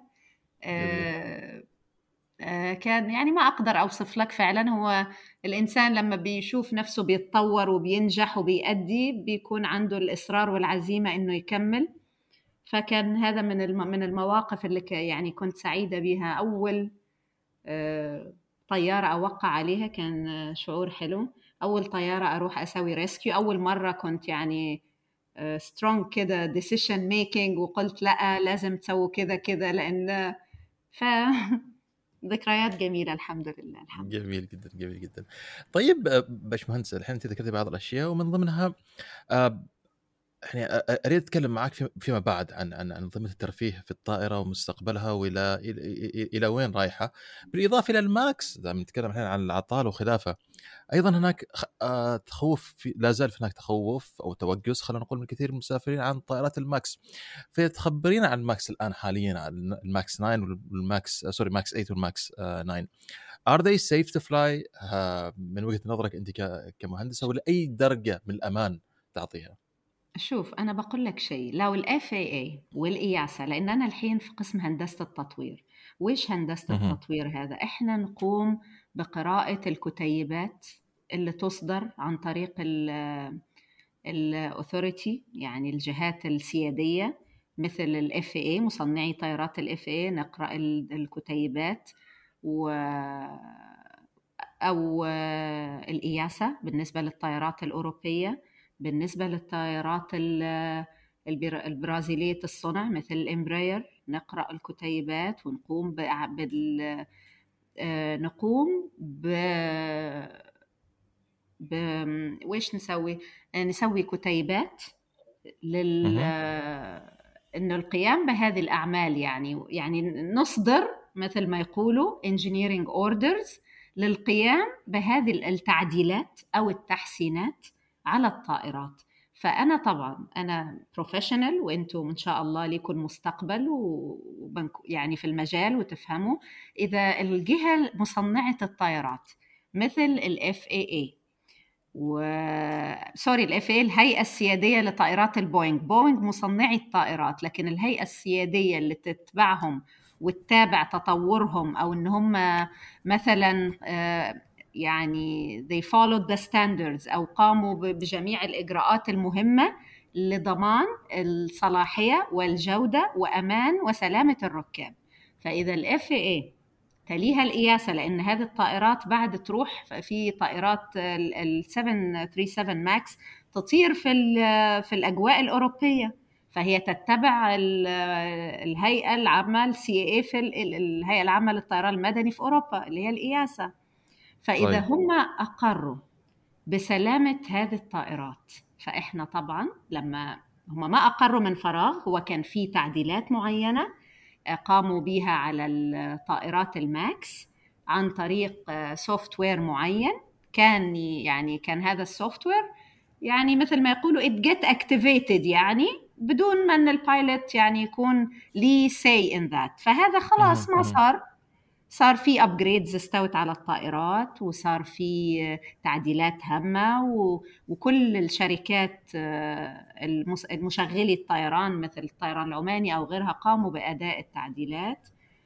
كان يعني ما أقدر أوصف لك فعلا. هو الإنسان لما بيشوف نفسه بيتطور وبينجح وبيأدي بيكون عنده الإصرار والعزيمة إنه يكمل. فكان هذا من المواقف اللي يعني كنت سعيدة بها. أول طيارة أوقع عليها كان شعور حلو. أول طيارة أروح أسوي ريسكيو، أول مرة كنت يعني strong كده decision making، وقلت لا لازم تسوي كده لأن ذكريات جميلة الحمد لله.
جميل جدا جميل جدا. طيب باشمهندس، الحين انت ذكرتي بعض الاشياء ومن ضمنها يعني اريد اتكلم معك فيما بعد عن انظمه الترفيه في الطائره ومستقبلها الى وين رايحه، بالاضافه الى الماكس. اذا بنتكلم الحين عن العطال وخلافه، ايضا هناك تخوف لا زال هناك تخوف او توجس، خلينا نقول، من كثير من المسافرين عن طائرات الماكس. فتخبرينا عن الماكس الان حاليا، عن الماكس 9 والماكس ماكس 8 والماكس 9. are they safe to fly من وجهة نظرك انت كمهندسة، ولا اي درجة من الامان تعطيها؟
شوف، أنا بقول لك شيء، لو ال FAA والإياسا، لأن أنا الحين في قسم هندسة التطوير. وإيش هندسة التطوير هذا؟ إحنا نقوم بقراءة الكتيبات اللي تصدر عن طريق الأثوريتي، يعني الجهات السيادية، مثل ال FAA، مصنعي طائرات ال FAA، نقرأ الكتيبات أو الإياسا بالنسبة للطائرات الأوروبية. بالنسبة للطائرات البرازيلية الصنع مثل الإمبراير، نقرأ الكتيبات ونقوم وإيش نسوي كتيبات إنه القيام بهذه الأعمال، يعني نصدر مثل ما يقولوا engineering orders للقيام بهذه التعديلات أو التحسينات على الطائرات. فأنا طبعا أنا بروفيشنال، وإنتم إن شاء الله لكم مستقبل يعني في المجال وتفهموا. إذا الجهة مصنعة الطائرات مثل ال FAA ال FAA الهيئة السيادية لطائرات البوينغ، مصنعي الطائرات، لكن الهيئة السيادية اللي تتبعهم وتتابع تطورهم، أو إن هم مثلا يعني they followed the standards، أو قاموا بجميع الإجراءات المهمة لضمان الصلاحية والجودة وأمان وسلامة الركاب. فإذا ال FAA تليها الإياسا، لأن هذه الطائرات بعد تروح في طائرات ال 737 ماكس تطير في الأجواء الأوروبية، فهي تتبع الهيئة العامة CAA في الهيئة العامة للطيران المدني في أوروبا اللي هي الإياسا. فإذا هم أقروا بسلامة هذه الطائرات، فإحنا طبعا لما هم ما أقروا من فراغ، هو كان في تعديلات معينة قاموا بها على الطائرات الماكس عن طريق سوفت وير معين. كان هذا السوفت وير يعني مثل ما يقولوا it get activated، يعني بدون ما ان البايلوت يعني يكون ليه say in that. فهذا خلاص ما صار في upgrades استوت على الطائرات، وصار في تعديلات هامة، وكل الشركات المشغلي الطيران مثل الطيران العماني أو غيرها قاموا بأداء التعديلات.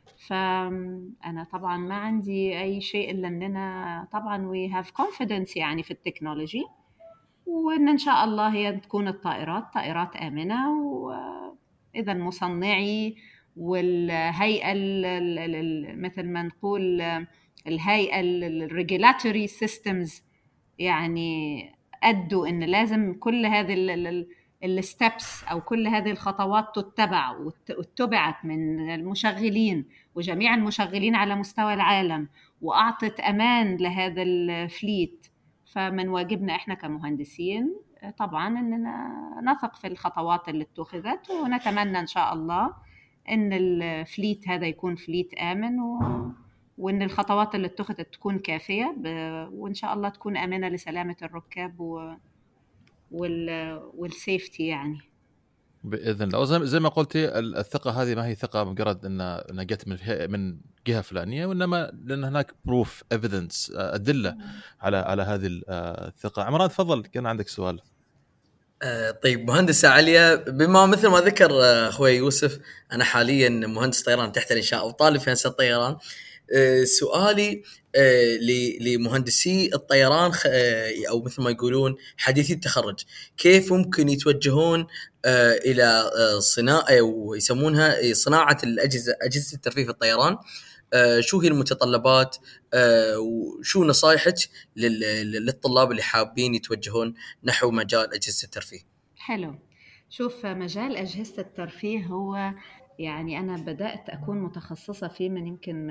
فأنا طبعا ما عندي أي شيء إلا أننا طبعا we have confidence يعني في التكنولوجي، وإن إن شاء الله هي تكون طائرات آمنة. وإذا مصنعي والهيئة مثل ما نقول الهيئة الريجولاتوري سيستمز يعني أدوا إن لازم كل هذه الستبس أو كل هذه الخطوات تتبع واتبعت من المشغلين وجميع المشغلين على مستوى العالم، وأعطت أمان لهذا الفليت. فمن واجبنا إحنا كمهندسين طبعا أننا نثق في الخطوات اللي اتخذت، ونتمنى إن شاء الله أن الفليت هذا يكون فليت آمن، وأن الخطوات اللي اتخذت تكون كافية، وإن شاء الله تكون آمنة لسلامة الركاب والسيفتي يعني
باذن الله. زي ما قلتي، الثقه هذه ما هي ثقه مجرد انها جت من جهه فلانيه، وانما لان هناك بروف ايفيدنس، ادله على هذه الثقه. عمران تفضل، كان عندك سؤال.
طيب مهندسة عليا، بما مثل ما ذكر اخوي يوسف، انا حاليا مهندس طيران تحت الانشاء او طالب في هندسة الطيران. سؤالي لمهندسي الطيران او مثل ما يقولون حديثي التخرج، كيف ممكن يتوجهون الى صناعه او يسمونها صناعه اجهزه الترفيه في الطيران؟ شو هي المتطلبات؟ وشو نصايحك للطلاب اللي حابين يتوجهون نحو مجال اجهزه الترفيه؟
حلو. شوف، مجال اجهزه الترفيه هو يعني انا بدات اكون متخصصه فيه يمكن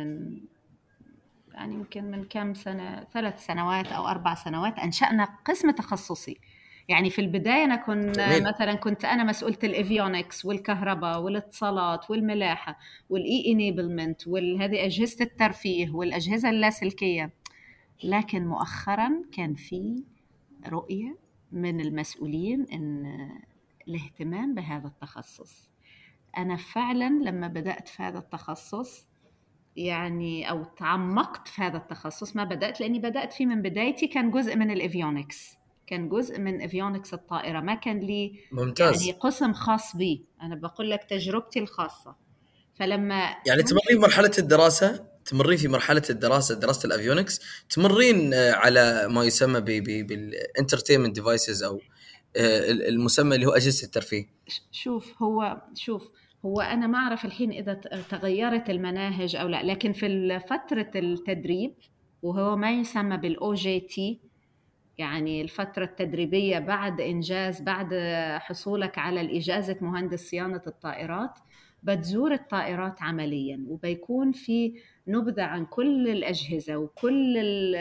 من كم سنه، 3 سنوات او 4 سنوات انشانا قسم تخصصي يعني في البداية أنا
جميل.
مثلا كنت أنا مسؤولة الإفيونكس والكهرباء والاتصالات والملاحة والإي إنيبلمنت وهذه أجهزة الترفيه والأجهزة اللاسلكية. لكن مؤخرا كان في رؤية من المسؤولين إن الاهتمام بهذا التخصص. أنا فعلا لما بدأت في هذا التخصص يعني أو تعمقت في هذا التخصص، ما بدأت لأني بدأت فيه من بدايتي، كان جزء من الإفيونكس، كان جزء من إفيونكس الطائرة، ما كان لي
ممتاز.
يعني قسم خاص بي. أنا بقول لك تجربتي الخاصة. فلما
يعني تمرين مرحلة الدراسة، تمرين في مرحلة الدراسة، دراسة الأفيونكس، تمرين على ما يسمى بالانترتينمنت ديفايسز أو المسمى اللي هو أجهزة الترفيه.
شوف هو أنا ما أعرف الحين إذا تغيرت المناهج أو لا، لكن في فترة التدريب وهو ما يسمى بالOJT، يعني الفترة التدريبية بعد إنجاز، بعد حصولك على الإجازة مهندس صيانة الطائرات، بتزور الطائرات عمليا وبيكون في نبذة عن كل الأجهزة وكل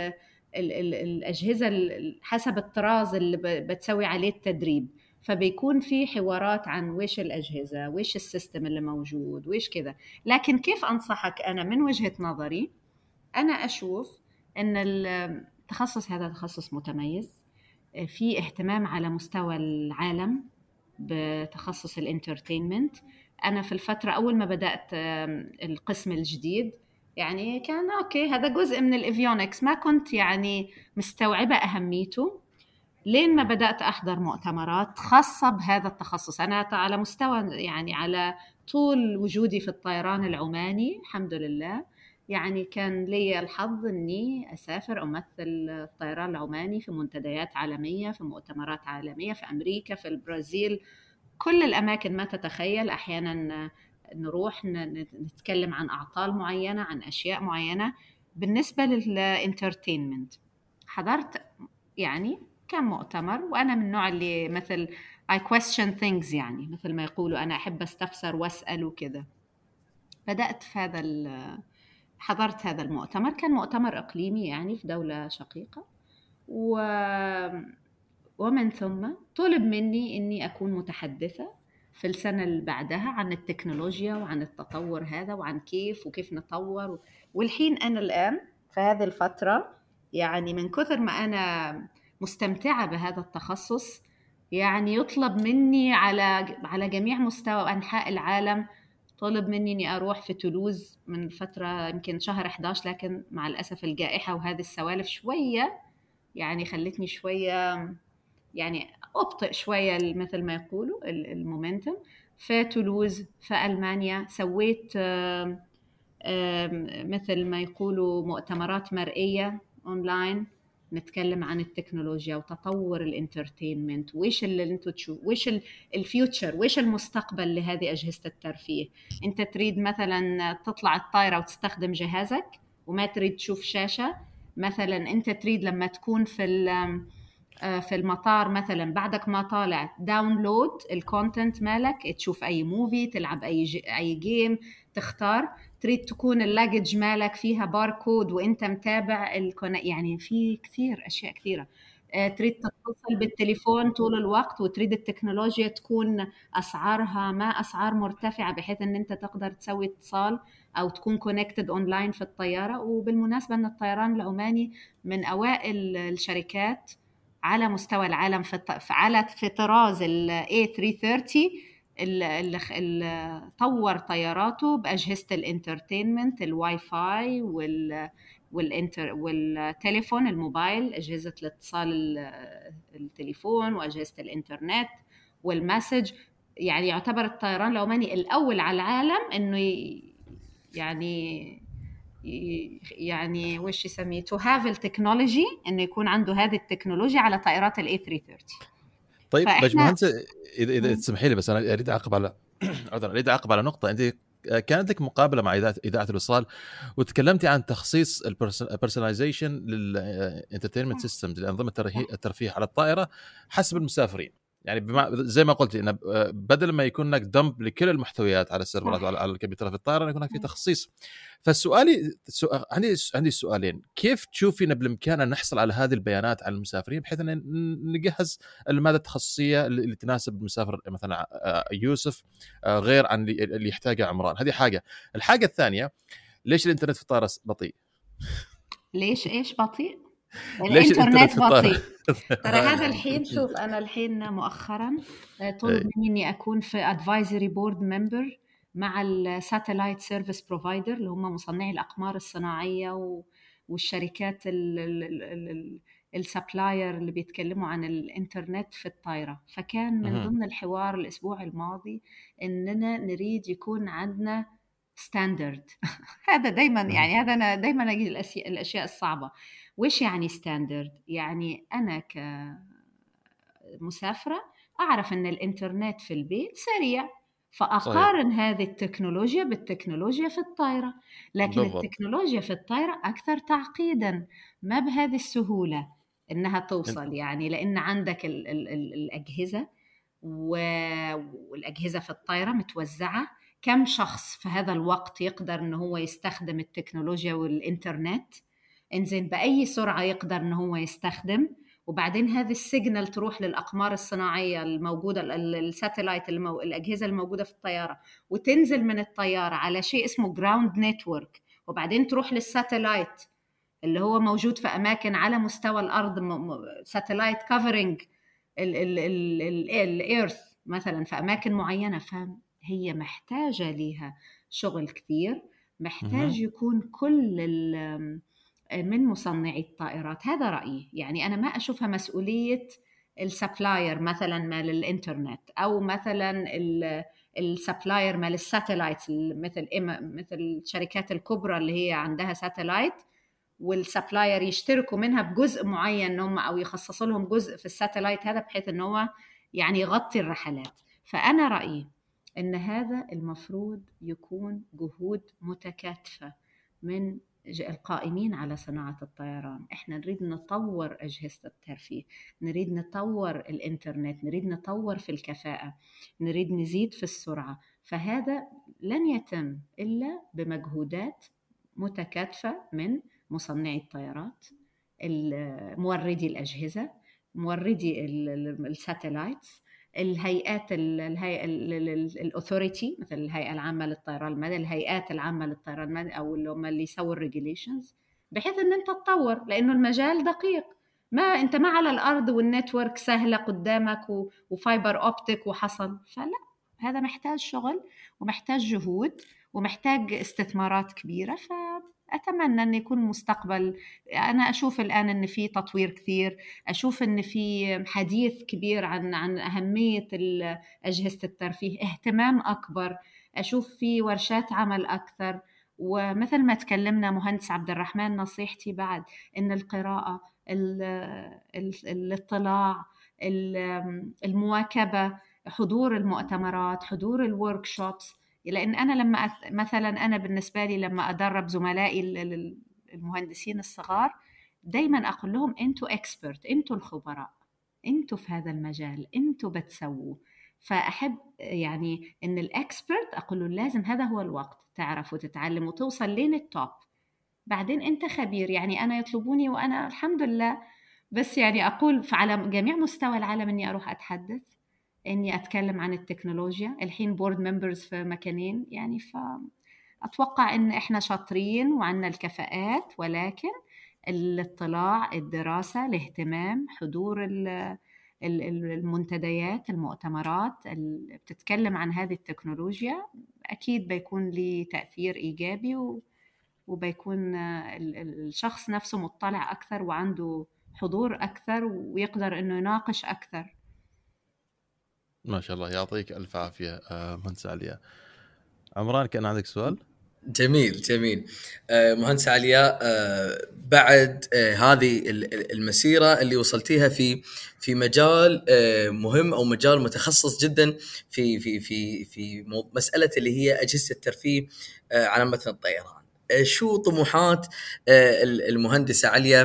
الأجهزة حسب الطراز اللي بتسوي عليه التدريب. فبيكون في حوارات عن ويش الأجهزة، ويش السيستم اللي موجود، ويش كذا. لكن كيف أنصحك أنا من وجهة نظري، أنا أشوف أن التخصص هذا تخصص متميز، في اهتمام على مستوى العالم بتخصص الانترتينمنت. أنا في الفترة أول ما بدأت القسم الجديد يعني كان أوكي هذا جزء من الإفيونكس، ما كنت يعني مستوعبة أهميته، لين ما بدأت أحضر مؤتمرات خاصة بهذا التخصص. أنا على مستوى يعني على طول وجودي في الطيران العماني الحمد لله، يعني كان لي الحظ أني أسافر أمثل الطيران العماني في منتديات عالمية، في مؤتمرات عالمية، في أمريكا، في البرازيل، كل الأماكن ما تتخيل. أحيانا نروح نتكلم عن أعطال معينة، عن أشياء معينة. بالنسبة للإنترتينمنت حضرت يعني كم مؤتمر، وأنا من النوع اللي مثل I question things، يعني مثل ما يقولوا أنا أحب أستفسر وأسأل وكذا. بدأت في حضرت هذا المؤتمر، كان مؤتمر إقليمي يعني في دولة شقيقة، ومن ثم طلب مني أني أكون متحدثة في السنة اللي بعدها عن التكنولوجيا وعن التطور هذا وعن كيف نطور. والحين أنا الآن في هذه الفترة يعني من كثر ما أنا مستمتعة بهذا التخصص، يعني يطلب مني على جميع مستوى أنحاء العالم. طلب مني أني أروح في تولوز من فترة يمكن شهر 11، لكن مع الأسف الجائحة وهذه السوالف شوية يعني خلتني شوية يعني أبطئ شوية مثل ما يقولوا المومنتم. في تولوز في ألمانيا سويت مثل ما يقولوا مؤتمرات مرئية أونلاين، نتكلم عن التكنولوجيا وتطور الانترتينمنت، وإيش اللي أنتوا تشوفوا، وإيش الفيوتشر، وإيش المستقبل لهذه أجهزة الترفيه. أنت تريد مثلا تطلع الطائرة وتستخدم جهازك وما تريد تشوف شاشة مثلا. أنت تريد لما تكون في المطار مثلا بعدك ما طالع داونلود الكونتنت مالك، تشوف أي موفي، تلعب أي جيم، تختار. تريد تكون اللاجج مالك فيها باركود وانت متابع يعني في كثير أشياء كثيرة. تريد تتصل بالتليفون طول الوقت، وتريد التكنولوجيا تكون أسعارها ما أسعار مرتفعة بحيث أن أنت تقدر تسوي اتصال أو تكون كونكتد أونلاين في الطيارة. وبالمناسبة أن الطيران العماني من أوائل الشركات على مستوى العالم في طراز ال A330 اللي طور طياراته بأجهزة الانترتينمنت، الواي فاي والتليفون الموبايل، أجهزة الاتصال التليفون وأجهزة الإنترنت والمسج. يعني يعتبر الطيران العماني الأول على العالم إنه يعني وش يسميه to have التكنولوجي، إنه يكون عنده هذه التكنولوجيا على طائرات ال A330.
طيب باشمهندس إذا تسمحي لي، بس أنا أريد أعقب على نقطة. أنت كانت لك مقابلة مع إذاعة الوصال وتكلمتي عن تخصيص البرسوناليزيشن للانترتينمنت سيستمز، لأنظمة الترفيه على الطائرة حسب المسافرين. يعني زي ما قلت إن بدل ما يكون هناك دمب لكل المحتويات على السيرفرات وعلى الكمبيوتر في الطائرة، يكون هناك في تخصيص. فالسؤالي عندي سؤالين: كيف تشوفين بالإمكان نحصل على هذه البيانات عن المسافرين بحيث أن نجهز المادة التخصصية اللي تناسب المسافر مثلا يوسف غير عن اللي يحتاجه عمران؟ هذه حاجة. الحاجة الثانية: ليش الإنترنت في الطائرة بطيء؟
ليش إيش بطيء؟
ليش
الإنترنت بطيء؟ ترى
هذا
هذا الحين شوف، أنا الحين مؤخرا طلب مني إني أكون في advisory board member مع الساتلايت سيرفيس بروفايدر اللي هم مصنعي الأقمار الصناعية والشركات السبلاير اللي بيتكلموا عن الإنترنت في الطائرة. فكان من ضمن الحوار الأسبوع الماضي إننا نريد يكون عندنا ستاندرد. هذا دايما يعني هذا أنا دايما أجي الأشياء الصعبة. وش يعني ستاندرد؟ يعني أنا كمسافرة أعرف أن الإنترنت في البيت سريع، فأقارن صحيح. هذه التكنولوجيا بالتكنولوجيا في الطائرة، لكن بالضبط. التكنولوجيا في الطائرة أكثر تعقيدا، ما بهذه السهولة إنها توصل يعني، لأن عندك الأجهزة والأجهزة في الطائرة متوزعة. كم شخص في هذا الوقت يقدر أنه هو يستخدم التكنولوجيا والإنترنت؟ إنزين بأي سرعة يقدر أنه هو يستخدم؟ وبعدين هذه السيجنال تروح للأقمار الصناعية الموجودة، الساتلايت الأجهزة الموجودة في الطيارة، وتنزل من الطيارة على شيء اسمه جراوند نتورك، وبعدين تروح للساتلايت اللي هو موجود في أماكن على مستوى الأرض، ساتلايت كفرنج الإيرث مثلا في أماكن معينة. فهي محتاجة لها شغل كثير، محتاج يكون كل من مصنعي الطائرات. هذا رأيي يعني. أنا ما أشوفها مسؤولية السبلاير مثلا مال الإنترنت، أو مثلا السبلاير مال الساتلايت مثل الشركات الكبرى اللي هي عندها ساتلايت والسبلاير يشتركوا منها بجزء معين هم، أو يخصصوا لهم جزء في الساتلايت هذا بحيث أنه هو يعني يغطي الرحلات. فأنا رأيي أن هذا المفروض يكون جهود متكاتفة من القائمين على صناعة الطيران. إحنا نريد نطور أجهزة الترفيه، نريد نطور الإنترنت، نريد نطور في الكفاءة، نريد نزيد في السرعة. فهذا لن يتم إلا بمجهودات متكاتفة من مصنعي الطيارات، موردي الأجهزة، موردي الساتلايت، الهيئات الأثوريتي مثل الهيئة العامة للطيران المدني، الهيئات العامة للطيران المدني، أو اللي يسووا الريجوليشنز، بحيث أن أنت تطور، لأنه المجال دقيق. ما أنت ما على الأرض والنتورك سهلة قدامك وفايبر أوبتيك وحصل. فلا، هذا محتاج شغل ومحتاج جهود ومحتاج استثمارات كبيرة. أتمنى أن يكون مستقبل. أنا أشوف الآن أن في تطوير كثير، أشوف أن في حديث كبير عن أهمية أجهزة الترفيه، اهتمام أكبر، أشوف في ورشات عمل أكثر. ومثل ما تكلمنا مهندس عبد الرحمن، نصيحتي بعد أن القراءة، الاطلاع، المواكبة، حضور المؤتمرات، حضور الوركشوبس. لأن أنا لما مثلا أنا بالنسبة لي لما أدرب زملائي المهندسين الصغار، دايما أقول لهم أنتوا إكسبرت، أنتوا الخبراء، أنتوا في هذا المجال، أنتوا بتسووا. فأحب يعني أن الإكسبرت أقول له لازم هذا هو الوقت تعرف وتتعلم وتوصل لين التوب، بعدين أنت خبير. يعني أنا يطلبوني وأنا الحمد لله، بس يعني أقول على جميع مستوى العالم أني أروح أتحدث، إني أتكلم عن التكنولوجيا. الحين بورد ممبرز في مكانين يعني، فأتوقع إن إحنا شاطرين وعنا الكفاءات، ولكن الاطلاع، الدراسة، الاهتمام، حضور المنتديات، المؤتمرات اللي بتتكلم عن هذه التكنولوجيا، أكيد بيكون لي تأثير إيجابي، وبيكون الشخص نفسه مطلع أكثر وعنده حضور أكثر ويقدر إنه يناقش أكثر.
ما شاء الله، يعطيك ألف عافية مهندس علياء. عمران، كان عندك سؤال؟
جميل. مهندس علياء، بعد هذه المسيرة اللي وصلتيها في مجال مهم أو مجال متخصص جدا في مسألة اللي هي أجهزة الترفيه على متن الطيران، شو طموحات المهندسة علياء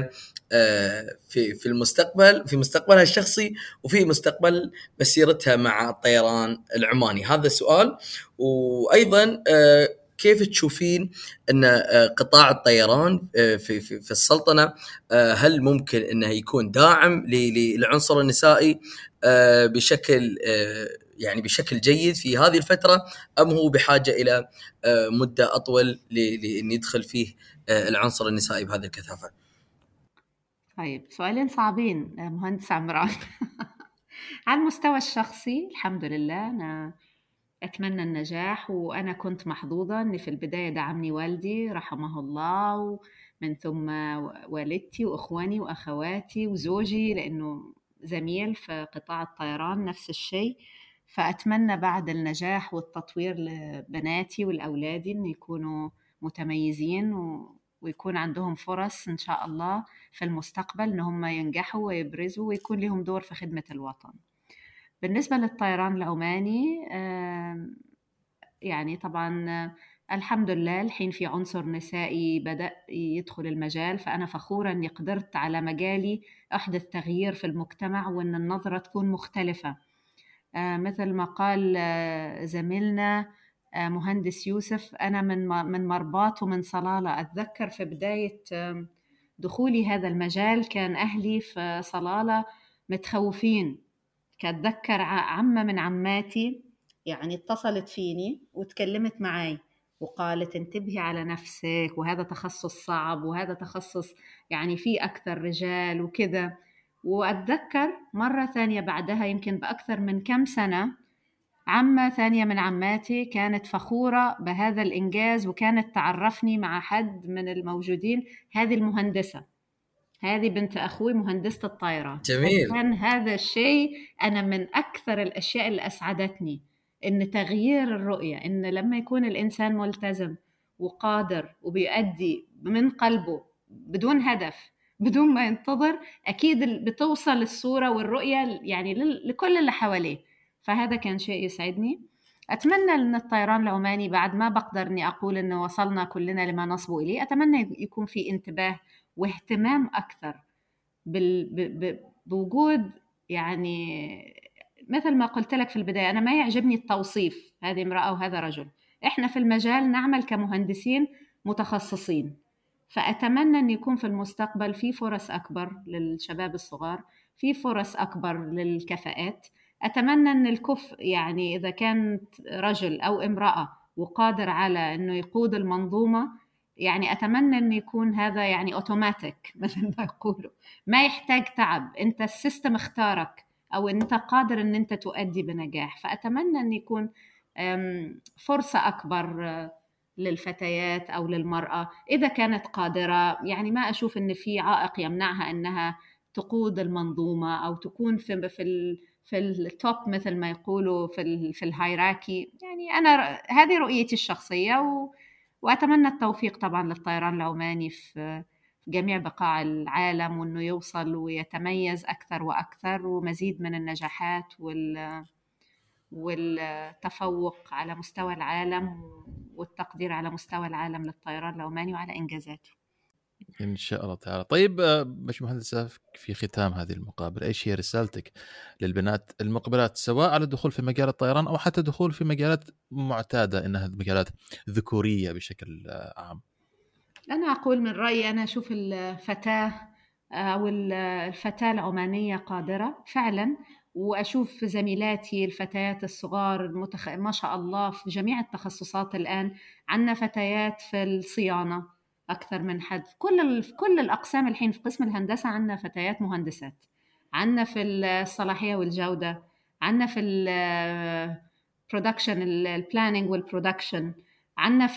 في المستقبل، في مستقبلها الشخصي وفي مستقبل مسيرتها مع الطيران العماني؟ هذا السؤال. وايضا كيف تشوفين ان قطاع الطيران في السلطنه، هل ممكن انه يكون داعم للعنصر النسائي بشكل يعني بشكل جيد في هذه الفتره، ام هو بحاجه الى مده اطول لان يدخل فيه العنصر النسائي بهذه الكثافه؟
طيب، سؤالين صعبين مهندس عمران. على المستوى الشخصي الحمد لله أنا أتمنى النجاح، وأنا كنت محظوظة أن في البداية دعمني والدي رحمه الله، ومن ثم والدتي وأخواني وأخواتي وزوجي لأنه زميل في قطاع الطيران نفس الشيء. فأتمنى بعد النجاح والتطوير لبناتي والأولادي أن يكونوا متميزين ويكون عندهم فرص إن شاء الله في المستقبل أن هم ينجحوا ويبرزوا ويكون لهم دور في خدمة الوطن. بالنسبة للطيران العماني يعني طبعا الحمد لله الحين في عنصر نسائي بدأ يدخل المجال، فأنا فخورة أني قدرت على مجالي أحدث تغيير في المجتمع وأن النظرة تكون مختلفة. مثل ما قال زميلنا مهندس يوسف، أنا من مرباط ومن صلالة. أتذكر في بداية دخولي هذا المجال كان أهلي في صلالة متخوفين. كأتذكر عمة من عماتي يعني اتصلت فيني وتكلمت معي وقالت انتبهي على نفسك، وهذا تخصص صعب، وهذا تخصص يعني فيه أكثر رجال وكذا. وأتذكر مرة ثانية بعدها يمكن بأكثر من كم سنة عمة ثانية من عماتي كانت فخورة بهذا الإنجاز، وكانت تعرفني مع حد من الموجودين، هذه المهندسة، هذه بنت أخوي مهندسة الطائرة.
جميل.
كان هذا الشيء أنا من أكثر الأشياء اللي أسعدتني، إن تغيير الرؤية، إن لما يكون الإنسان ملتزم وقادر وبيؤدي من قلبه بدون هدف بدون ما ينتظر، أكيد بتوصل الصورة والرؤية يعني لكل اللي حواليه. فهذا كان شيء يسعدني. أتمنى أن الطيران العماني بعد ما بقدر أني أقول أنه وصلنا كلنا لما نصبو إليه، أتمنى يكون في انتباه واهتمام أكثر بوجود يعني مثل ما قلت لك في البداية، أنا ما يعجبني التوصيف هذه امرأة وهذا رجل. إحنا في المجال نعمل كمهندسين متخصصين، فأتمنى أن يكون في المستقبل في فرص أكبر للشباب الصغار، في فرص أكبر للكفاءات. أتمنى أن الكفء يعني إذا كانت رجل أو امرأة وقادر على أنه يقود المنظومة، يعني أتمنى أن يكون هذا يعني أوتوماتيك مثل ما يقولوا، ما يحتاج تعب، أنت السيستم اختارك أو أنت قادر أن أنت تؤدي بنجاح. فأتمنى أن يكون فرصة أكبر للفتيات أو للمرأة إذا كانت قادرة. يعني ما أشوف أن في عائق يمنعها أنها تقود المنظومة أو تكون في التوب مثل ما يقولوا في الهيراكي. يعني أنا هذه رؤيتي الشخصية، وأتمنى التوفيق طبعا للطيران العماني في جميع بقاع العالم، وأنه يوصل ويتميز أكثر وأكثر، ومزيد من النجاحات والتفوق على مستوى العالم والتقدير على مستوى العالم للطيران العماني وعلى إنجازاته
إن شاء الله تعالى. طيب باشمهندسة، في ختام هذه المقابلة إيش هي رسالتك للبنات المقبلات سواء على الدخول في مجال الطيران أو حتى دخول في مجالات معتادة إنها مجالات ذكورية بشكل عام؟
أنا أقول من رأيي، أنا أشوف الفتاة أو الفتاة العمانية قادرة فعلا، وأشوف زميلاتي الفتيات الصغار ما شاء الله في جميع التخصصات. الآن عندنا فتيات في الصيانة أكثر من حد، في كل الأقسام. الحين في قسم الهندسة عندنا فتيات مهندسات، عندنا في الصلاحية والجودة، عندنا في البرودكشن البلانينج والبرودكشن، عندنا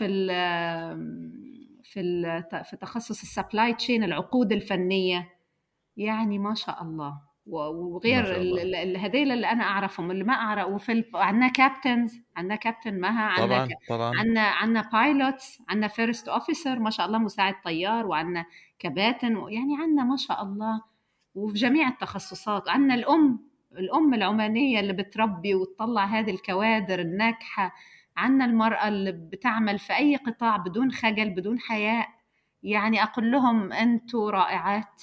في تخصص السبلاي تشين العقود الفنية. يعني ما شاء الله. وغير هذيل اللي أنا أعرفهم اللي ما أعرف. عندنا كابتنز، عندنا كابتن مها، عندنا بايلوتس، عندنا فيرست أوفيسر ما شاء الله مساعد طيار، وعندنا كباتن، يعني عندنا ما شاء الله وفي جميع التخصصات. عندنا الأم العمانية اللي بتربي وتطلع هذه الكوادر الناجحة. عندنا المرأة اللي بتعمل في أي قطاع بدون خجل بدون حياء. يعني أقول لهم أنتوا رائعات،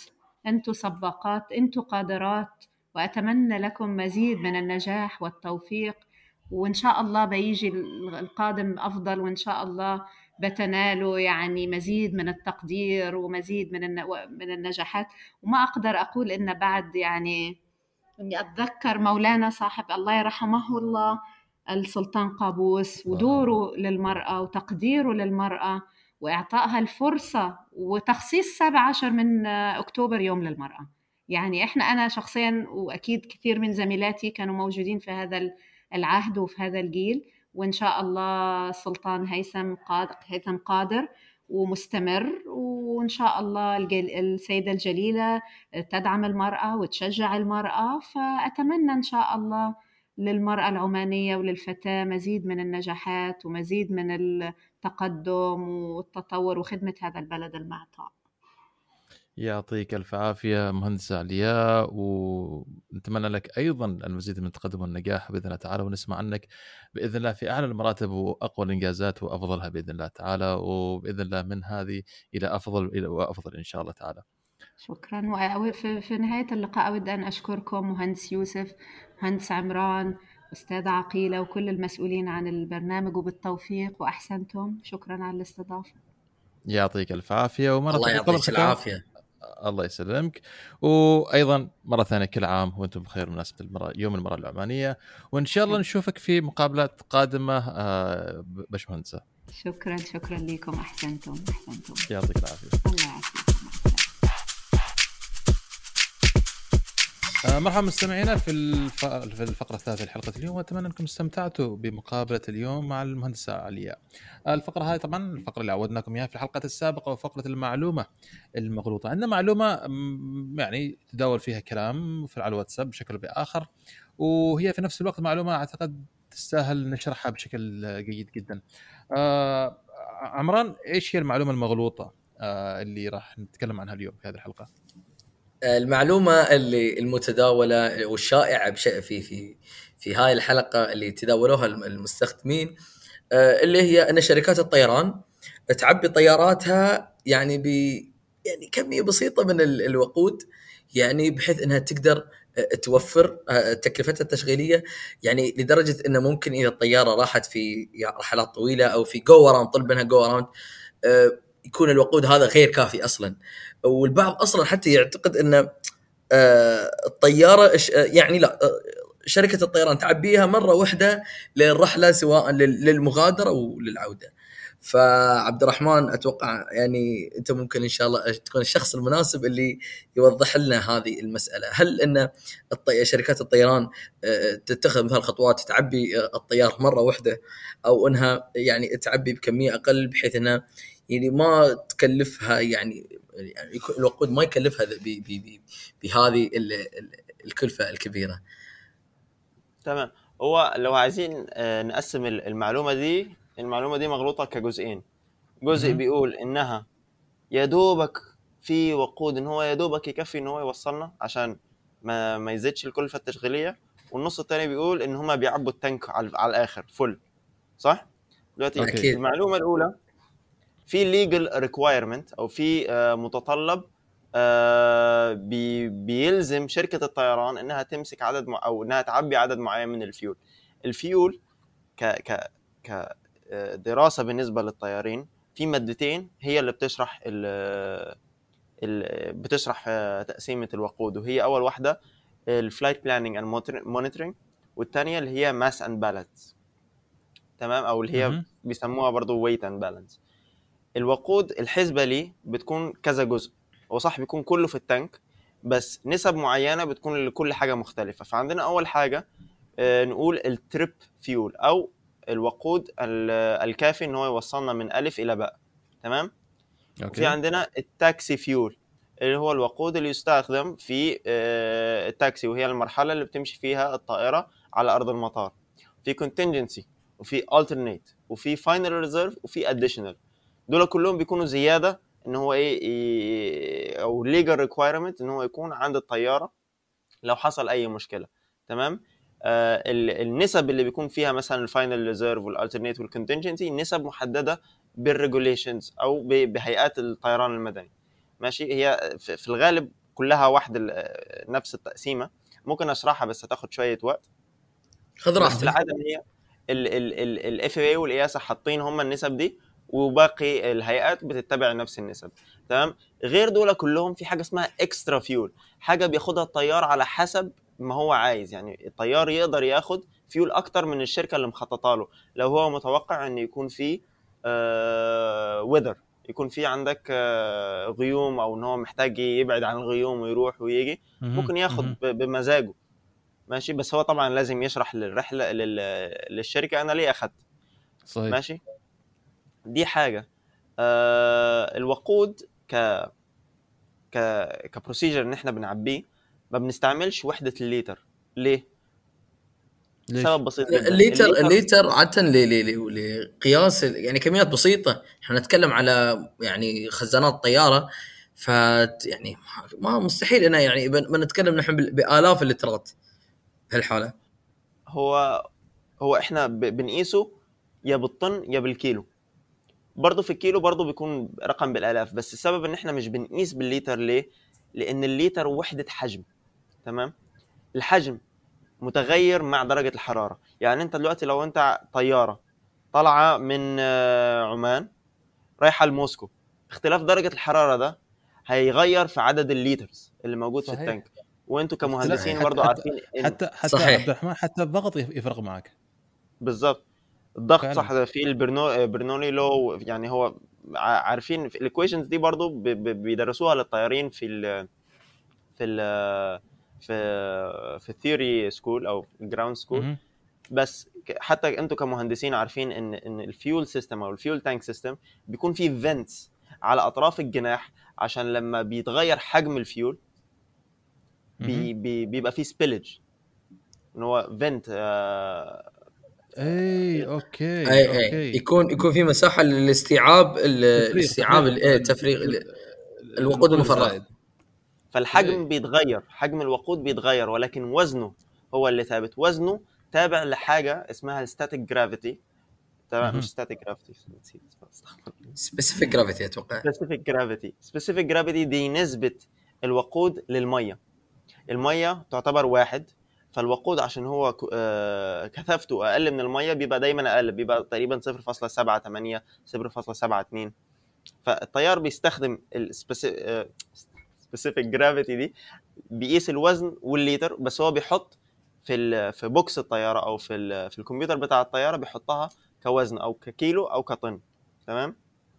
أنتم سباقات، أنتم قادرات، وأتمنى لكم مزيد من النجاح والتوفيق، وإن شاء الله بيجي القادم أفضل، وإن شاء الله بتنالوا يعني مزيد من التقدير ومزيد من النجاحات. وما أقدر أقول إن بعد يعني إني أتذكر مولانا صاحب الله يرحمه الله السلطان قابوس ودوره للمرأة وتقديره للمرأة وإعطائها الفرصة وتخصيص 17 من أكتوبر يوم للمرأة. يعني أنا شخصيا وأكيد كثير من زميلاتي كانوا موجودين في هذا العهد وفي هذا الجيل، وإن شاء الله السلطان هيثم قادر ومستمر، وإن شاء الله السيدة الجليلة تدعم المرأة وتشجع المرأة. فأتمنى إن شاء الله للمرأة العمانية وللفتاة مزيد من النجاحات ومزيد من التقدم والتطور وخدمة هذا البلد المعطاء.
يعطيك الف عافيه مهندسه علياء، ونتمنى لك ايضا المزيد من التقدم والنجاح باذن الله تعالى، ونسمع عنك باذن الله في اعلى المراتب واقوى الانجازات وافضلها باذن الله تعالى، وباذن الله من هذه الى افضل وافضل ان شاء الله تعالى.
شكرا. وفي نهايه اللقاء اود ان اشكركم مهندس يوسف، مهندس عمران، أستاذ عقيلة، وكل المسؤولين عن البرنامج، وبالتوفيق وأحسنتم. شكرا على الاستضافة.
يعطيك الف عافيه، ومره
الله يعطيك العافيه.
الله يسلمك. وايضا مره ثانيه كل عام وانتم بخير بمناسبه يوم المراه العمانيه، وان شاء الله نشوفك في مقابلات قادمه باشمهندسه.
شكرا لكم. احسنتم.
يعطيك العافيه.
الله يعافيك.
مرحبا مستمعينا في الفقرة الثالثة لحلقة اليوم، وأتمنى أنكم استمتعتوا بمقابلة اليوم مع المهندسة علياء. الفقرة هاي طبعا الفقرة اللي عودناكم إياها في الحلقة السابقة، وفقرة المعلومة المغلوطة. عندنا معلومة يعني تداول فيها كلام على الواتساب بشكل بآخر، وهي في نفس الوقت معلومة أعتقد تستاهل نشرحها بشكل جيد جدا. عمران، إيش هي المعلومة المغلوطة اللي راح نتكلم عنها اليوم في هذه الحلقة؟
المعلومة اللي المتداولة والشائعة في هاي الحلقة اللي تداولوها المستخدمين، اللي هي أن شركات الطيران تعبي طياراتها يعني يعني كمية بسيطة من الوقود، يعني بحيث أنها تقدر توفر تكلفتها التشغيلية، يعني لدرجة أنه ممكن إذا الطيارة راحت في رحلات طويلة أو في جو أراوند، طلب منها جو أراوند، يكون الوقود هذا غير كافي أصلا. والبعض أصلا حتى يعتقد أن الطيارة يعني لا، شركة الطيران تعبيها مرة واحدة للرحلة سواء للمغادرة أو للعودة. فعبد الرحمن أتوقع يعني أنت ممكن إن شاء الله تكون الشخص المناسب اللي يوضح لنا هذه المسألة. هل أن شركات الطيران تتخذ مثل خطوات تعبي الطيار مرة واحدة، أو أنها يعني تعبي بكمية أقل بحيث أنها يعني ما تكلفها، يعني الوقود ما يكلفها بهذه الكلفة الكبيرة؟
تمام. هو لو عايزين نقسم المعلومة دي مغلوطة كجزئين. جزء بيقول إنها يدوبك في وقود، إن هو يدوبك يكفي إن هو يوصلنا عشان ما يزيدش الكلفة التشغيلية، والنص التاني بيقول إن هما بيعبوا التانك على الآخر فل. صح؟ دلوقتي المعلومة الأولى في legal requirement أو في متطلب بيلزم شركة الطيران إنها تمسك عدد أو إنها تعبي عدد معين من الفيول. كدراسة بالنسبة للطيارين في مادتين هي اللي بتشرح تقسيمة الوقود، وهي أول واحدة الفلايت بلاننج اند مونيتورنج، والثانية اللي هي ماس اند بالانس. تمام، أو اللي هي بيسموها برضو ويت اند بالانس. الوقود الحسبة ليه بتكون كذا جزء، هو صح بيكون كله في التانك، بس نسب معينة بتكون لكل حاجة مختلفة. فعندنا أول حاجة نقول التريب فيول أو الوقود الكافي إن هو يوصلنا من ألف إلى باء. تمام. وفي عندنا التاكسي فيول اللي هو الوقود اللي يستخدم في التاكسي، وهي المرحلة اللي بتمشي فيها الطائرة على أرض المطار. في contingency وفي alternate وفي final reserve وفي additional. دول كلهم بيكونوا زيادة ان هو او legal requirement ان هو يكون عند الطيارة لو حصل اي مشكلة. تمام. النسب اللي بيكون فيها مثلا الفاينل ريزيرف والالترنيت والكونتنجنسي نسب محددة بالريجوليشنز او بهيئات الطيران المدني. ماشي. هي في الغالب كلها واحد نفس التقسيمه. ممكن اشرحها بس هتاخد شويه وقت.
خذ
بس في
راحتك.
العاده ان هي الاف اي والقياسه حاطين هم النسب دي، وباقي الهيئات بتتبع نفس النسب. تمام. غير دول كلهم في حاجه اسمها اكسترا فيول، حاجه بياخدها الطيار على حسب ما هو عايز. يعني الطيار يقدر ياخد فيول اكتر من الشركه اللي مخططه له، لو هو متوقع ان يكون في ويذر، يكون في عندك غيوم، او ان هو محتاج يبعد عن الغيوم ويروح ويجي، ممكن ياخد بمزاجه. ماشي. بس هو طبعا لازم يشرح للرحله للشركه انا ليه اخدت.
صحيح.
ماشي. دي حاجه. الوقود كبروسيجر ان احنا بنعبيه، ما بنستعملش وحده الليتر. ليه؟
ليش؟
سبب بسيط جدا.
الليتر عادة لقياس يعني كميات بسيطة. احنا نتكلم على يعني خزانات طيارة، ف يعني ما مستحيل انا يعني بنتكلم نحن بالاف اللترات بهالحالة.
هو احنا بنقيسه يا بالطن يا بالكيلو. برضه في الكيلو برضه بيكون رقم بالالاف، بس السبب ان احنا مش بنقيس بالليتر. ليه؟ لان الليتر وحده حجم. تمام. الحجم متغير مع درجه الحراره. يعني انت دلوقتي لو انت طياره طالعه من عمان رايحه لموسكو، اختلاف درجه الحراره ده هيغير في عدد الليترز اللي موجود
صحيح.
في التانك. وانتوا
اختلاف
كمهندسين برضو عارفين ان
حتى
صحيح.
عبد الرحمن، حتى الضغط يفرق معك.
بالظبط. الضغط
فعلا.
صح، ده في برنولي لو، يعني هو عارفين في الايكويشنز دي برضو بيدرسوها للطيارين في في في الثيوري سكول او الجراوند سكول. بس حتى انتوا كمهندسين عارفين ان الفيول سيستم او الفيول تانك سيستم بيكون فيه فينتس على اطراف الجناح، عشان لما بيتغير حجم الفيول بيبقى فيه سبيلج، ان هو فينت.
اي اوكي
اي يكون في مساحة للاستيعاب تفريغ الوقود المفرغ.
فالحجم بيتغير، حجم الوقود بيتغير، ولكن وزنه هو اللي ثابت. وزنه تابع لحاجه اسمها الستاتيك جرافيتي. تمام. مش ستاتيك جرافيتي،
سبيسيفيك جرافيتي اتوقع.
سبيسيفيك جرافيتي دي نسبه الوقود للميه. الميه تعتبر واحد، فالوقود عشان هو كثافته اقل من الميه بيبقى دايما اقل، بيبقى تقريبا 0.78 0.72. فالطيار بيستخدم السبيسيفيك جرافيتي دي، بيقيس الوزن والليتر، بس هو بيحط في بوكس الطياره او في الكمبيوتر بتاع الطياره بيحطها كوزن او ككيلو او كطن. تمام.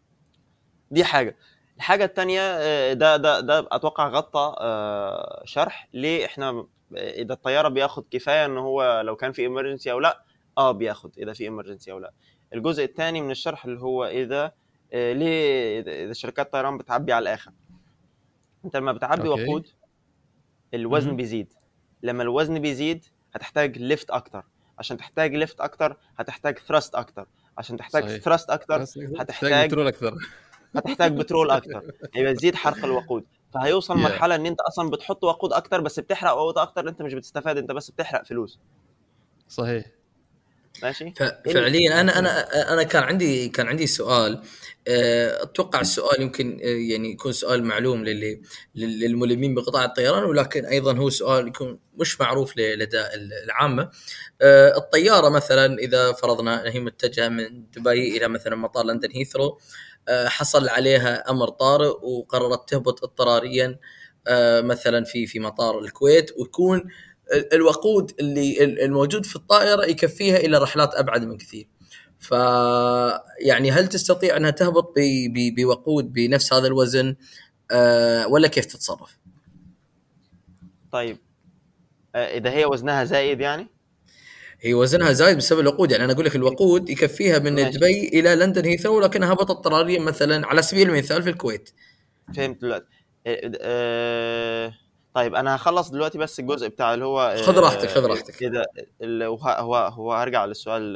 دي حاجه. الحاجه الثانيه ده اتوقع غطى شرح ليه احنا اذا الطياره بياخد كفايه ان هو لو كان في ايمرجنسي او لا. بياخد اذا في ايمرجنسي او لا. الجزء الثاني من الشرح اللي هو اذا ليه اذا شركات الطيران بتعبي على الاخر. انت لما بتعبي وقود الوزن بيزيد. لما الوزن بيزيد هتحتاج ليفت اكتر. عشان تحتاج ليفت اكتر هتحتاج ثرست اكتر. عشان تحتاج ثرست اكتر
هتحتاج بترول اكثر.
هتحتاج بترول اكتر. يبقى يزيد حرق الوقود. فهيوصل مرحله ان انت اصلا بتحط وقود اكتر بس بتحرق وقود اكتر. انت مش بتستفاد، انت بس بتحرق فلوس.
صحيح.
ماشي.
فعليا انا كان عندي سؤال. اتوقع السؤال يمكن يعني يكون سؤال معلوم للملمين بقطاع الطيران، ولكن ايضا هو سؤال يكون مش معروف لدى العامه. الطياره مثلا اذا فرضنا هي متجهه من دبي الى مثلا مطار لندن هيثرو، حصل عليها امر طارئ وقررت تهبط اضطراريا مثلا في مطار الكويت، ويكون الوقود اللي الموجود في الطائرة يكفيها إلى رحلات أبعد من كثير. يعني هل تستطيع أنها تهبط بوقود بنفس هذا الوزن ولا كيف تتصرف؟
طيب إذا هي وزنها زايد، يعني
هي وزنها زايد بسبب الوقود. يعني أنا أقول لك الوقود يكفيها من دبي إلى لندن هيثرو، لكنها هبطت اضطراريا مثلا على سبيل المثال في الكويت.
فهمت دلوقتي. طيب انا هخلص دلوقتي بس الجزء بتاع اللي هو
خذ راحتك
كده. هو هرجع للسؤال.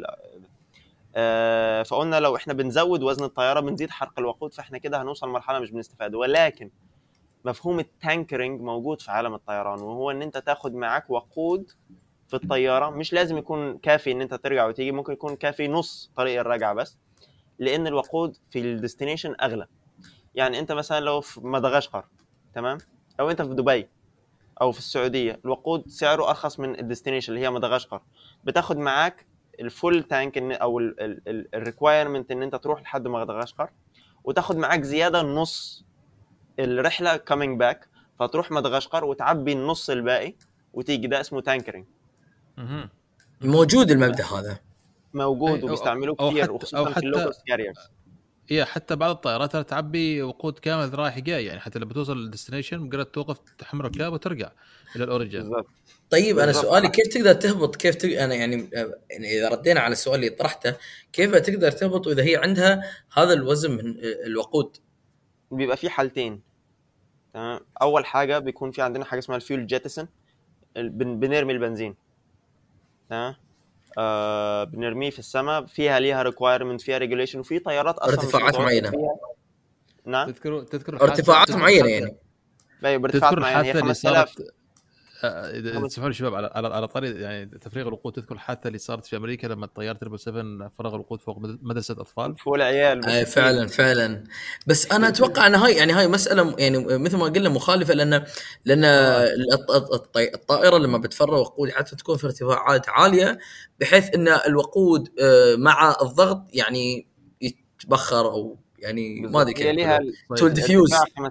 فقلنا لو احنا بنزود وزن الطياره بنزيد حرق الوقود، فاحنا كده هنوصل مرحله مش بنستفاد. ولكن مفهوم التانكرينج موجود في عالم الطيران، وهو ان انت تاخد معاك وقود في الطياره. مش لازم يكون كافي ان انت ترجع وتيجي، ممكن يكون كافي نص طريق الرجعه بس، لان الوقود في الديستنيشن اغلى. يعني انت مثلا لو في مدغشقر، تمام، لو انت في دبي او في السعوديه الوقود سعره ارخص من الديستنيشن اللي هي مدغشقر، بتاخد معاك الفول تانك او الريكوايرمنت ان انت تروح لحد مدغشقر، وتاخد معاك زياده نص الرحله كامينج باك، فتروح مدغشقر وتعبي النص الباقي وتيجي. ده اسمه تانكرينج.
مهم.
موجود المبدا هذا.
موجود
أي،
وبيستعملوه
او
كثير
حتى
وخصوصا في اللوكوست كاريرز.
حتى بعض الطائرات تعبي وقود كامل رايح جاي، يعني حتى لما توصل للديستنيشن مجرد توقف تحمل ركاب وترجع الى الاوريجن.
بالضبط.
طيب انا
بالضبط.
سؤالي كيف تقدر تهبط، انا يعني اذا ردينا على السؤال اللي طرحته، كيف تقدر تهبط واذا هي عندها هذا الوزن من الوقود؟
بيبقى في حالتين. تمام. اول حاجه بيكون في عندنا حاجه اسمها الفيول جيتسون، بنرمي البنزين. تمام. بنرميه في السماء، فيها ليها ريكوايرمنت، فيها ريجوليشن، وفي طيارات اصلا
ارتفاعات معينه.
نعم.
تذكر
ارتفاعات معينه يعني.
ايوه بارتفاعات معينه. هي
الحادثه اللي
5000.
صارت اذا تسمحوا لي شباب على طريق يعني تفريغ الوقود، تذكر الحادثه اللي صارت في امريكا لما الطيار 777 فرغ الوقود فوق مدرسه اطفال
فول عيال.
فعلا. بس انا اتوقع ان هاي مساله يعني مثل ما قلنا مخالفه، لان الطائره لما بتفرغ وقود حتى تكون في ارتفاعات عاليه بحيث ان الوقود مع الضغط يعني يتبخر او يعني ما ادري
هي ليها
تو ديفيوز.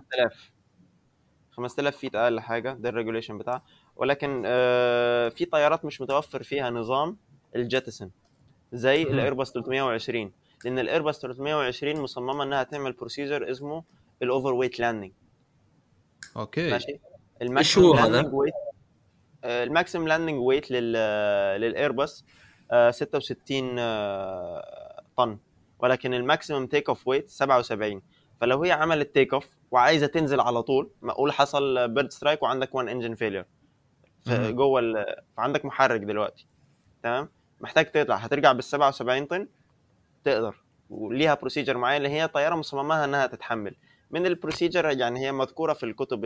5000 فيت اقل حاجه، ده الريجوليشن بتاعها. ولكن في طيارات مش متوفر فيها نظام الجيتسون زي الايرباص 320، لان الايرباص 320 مصممه انها تعمل بروسيجر اسمه الاوفر ويت لاندنج.
اوكي
ماشي.
ايش هو هذا؟
الماكسيم لاندنج ويت للايرباص 66 طن، ولكن الماكسيمم تيك اوف ويت 77. فلو هي عملت تيك اوف وعايزه تنزل على طول، معقول حصل بيرد سترايك وعندك وان انجن فيلير جوه فعندك محرك دلوقتي. تمام. محتاج تطلع، هترجع بال 77 طن تقدر، وليها بروسيجر معين اللي هي طياره مصممه انها تتحمل. من البروسيجر يعني هي مذكوره في الكتب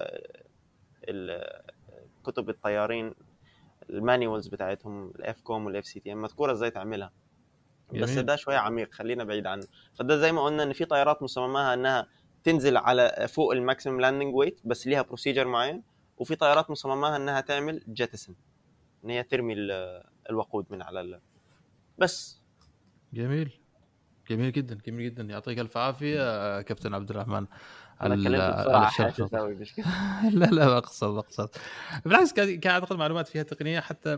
كتب الطيارين، المانيوالز بتاعتهم، الاف كوم والاف سي تي، مذكوره ازاي تعملها. بس ده شويه عميق، خلينا بعيد عنه. فده زي ما قلنا ان في طيارات مصممه انها تنزل على فوق الماكسيمم لاندنج ويت بس ليها بروسيجر معين، وفي طيارات مصممه انها تعمل جيتسون، ان هي ترمي الوقود من على بس.
جميل جدا يعطيك الف عافيه كابتن عبد الرحمن
انا كلمت بسرعه حاسس قوي مش كده.
لا بقصد بالعكس، كان اعتقد معلومات فيها تقنيه، حتى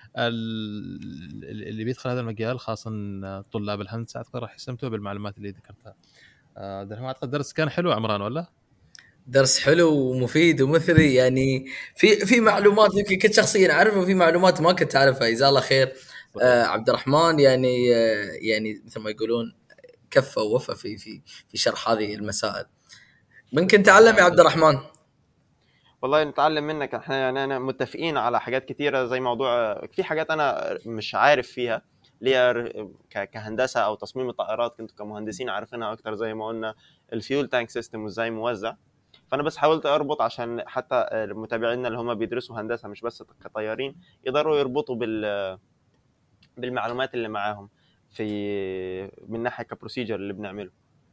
اللي بيدخل هذا المجال خاصه طلاب الهندسه اعتقد راح يستمتعوا بالمعلومات اللي ذكرتها. ده ما اعتقد درس كان حلو عمران، ولا
درس حلو ومفيد ومثري، يعني في معلومات يمكن كنت شخصيا اعرفها وفي معلومات ما كنت اعرفها. جزاه الله خير عبد الرحمن، يعني مثل ما يقولون كفى ووفى في شرح هذه المسائل. ممكن تعلم يا عبد الرحمن.
والله نتعلم منك احنا، يعني انا متفقين على حاجات كتيره، زي موضوع في حاجات انا مش عارف فيها ليه كهندسه او تصميم الطائرات، كنتوا كمهندسين عارفينها اكتر، زي ما قلنا الفيول تانك سيستم وازاي موزع. فانا بس حاولت اربط عشان حتى متابعينا اللي هم بيدرسوا هندسه مش بس كطيارين يقدروا يربطوا بالمعلومات اللي معاهم من ناحيه كبروسيجر اللي بنعمله.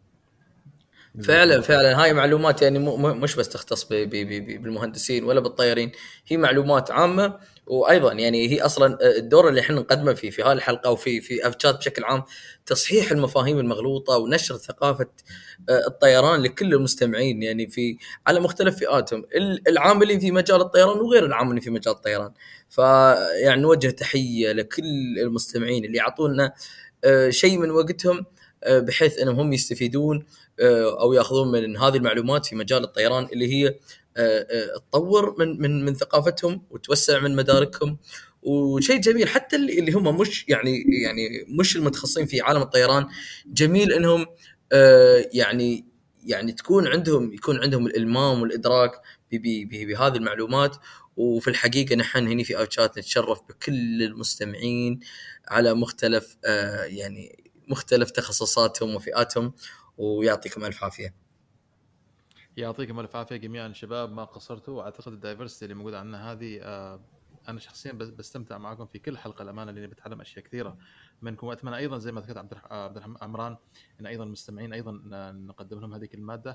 فعلا هاي معلومات يعني مش بس تختص بالمهندسين ولا بالطيارين، هي معلومات عامة. وأيضا يعني هي أصلا الدور اللي احنا نقدمه في هاي الحلقة وفي أفشات بشكل عام تصحيح المفاهيم المغلوطة ونشر ثقافة الطيران لكل المستمعين، يعني على مختلف فئاتهم، العاملين في مجال الطيران وغير العاملين في مجال الطيران. فيعني نوجه تحية لكل المستمعين اللي يعطونا شيء من وقتهم بحيث انهم هم يستفيدون او ياخذون من هذه المعلومات في مجال الطيران، اللي هي تطور من ثقافتهم وتوسع من مداركهم. وشيء جميل حتى اللي هم مش يعني مش المتخصصين في عالم الطيران، جميل انهم يعني يكون عندهم الالمام والادراك بهذه المعلومات. وفي الحقيقه نحن هنا في اوتشات نتشرف بكل المستمعين على مختلف يعني مختلف تخصصاتهم وفئاتهم، ويعطيكم الف عافيه.
يعطيكم الف عافيه جميعا شباب، ما قصرتوا. واعتقد الدايفرستي اللي موجوده عندنا هذه انا شخصيا بستمتع معكم في كل حلقه، الامانه لاني بتعلم اشياء كثيره منكم. واتمنى ايضا زي ما ذكرت عبد الرحمن عمران ان ايضا المستمعين ايضا نقدم لهم هذه الماده.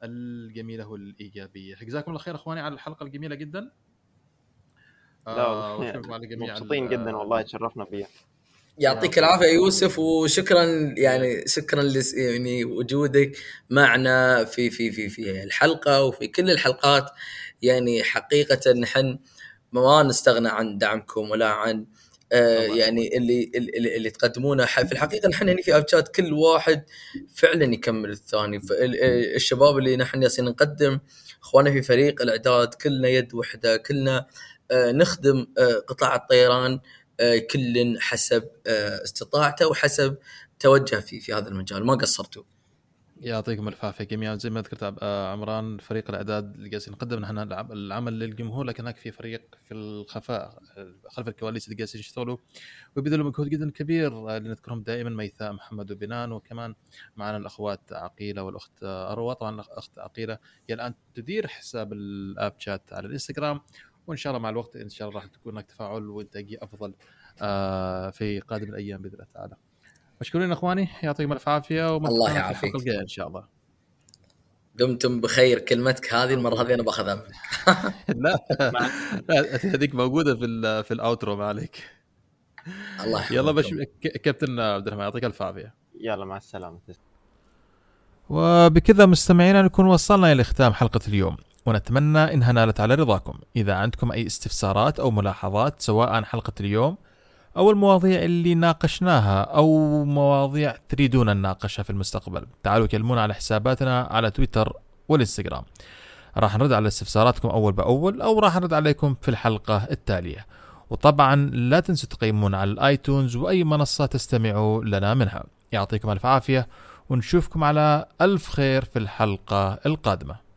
الجميله والايجابيه. جزاكم الله خير اخواني على الحلقه الجميله جدا.
لا والله مبسوطين جدا والله، تشرفنا فيها.
يعطيك العافيه يوسف، وشكرا يعني شكرا يعني وجودك معنا في الحلقه وفي كل الحلقات. يعني حقيقه نحن ما نستغنى عن دعمكم ولا عن يعني اللي تقدمونه. في الحقيقه نحن هنا في ابشات كل واحد فعلا يكمل الثاني. الشباب اللي نحن ياسين نقدم اخوانا في فريق الاعداد كلنا يد وحده، كلنا نخدم قطاع الطيران كل حسب استطاعته وحسب توجه في هذا المجال. ما قصرتوا.
يعطيكم العافيه جميعا. زي ما ذكرت عمران، فريق الاعداد اللي جالسين نقدم نحن العمل للجمهور، لكن هناك في فريق في الخفاء خلف الكواليس اللي جالسين يشتغلوا ويبذلوا مجهود جدا كبير، اللي نذكرهم دائما ميثاء، محمد وبنان، وكمان معنا الاخوات عقيله والاخت اروى. طبعا الاخت عقيله هي الان تدير حساب الاب شات على الانستغرام، وان شاء الله مع الوقت ان شاء الله راح تكون هناك تفاعل وانتاجيه افضل في قادم الايام باذن الله تعالى. مشكورين اخواني، يعطيكم الف عافيه،
الله يعافيك.
الحلقه الجايه ان شاء الله.
دمتم بخير. كلمتك هذه المره هذه انا باخذها منك.
لا هذيك موجوده في الاوترو، ما عليك.
الله
يلا كابتن عبد الرحمن، يعطيك الف عافيه.
يلا مع السلامه.
وبكذا مستمعينا نكون وصلنا الى ختام حلقه اليوم، ونتمنى انها نالت على رضاكم. اذا عندكم اي استفسارات او ملاحظات سواء عن حلقه اليوم أو المواضيع اللي ناقشناها أو مواضيع تريدون أن نناقشها في المستقبل، تعالوا كلمونا على حساباتنا على تويتر والإنستغرام. راح نرد على استفساراتكم أول بأول، أو راح نرد عليكم في الحلقة التالية. وطبعا لا تنسوا تقيمونا على الآيتونز وأي منصة تستمعوا لنا منها. يعطيكم الف عافية، ونشوفكم على ألف خير في الحلقة القادمة.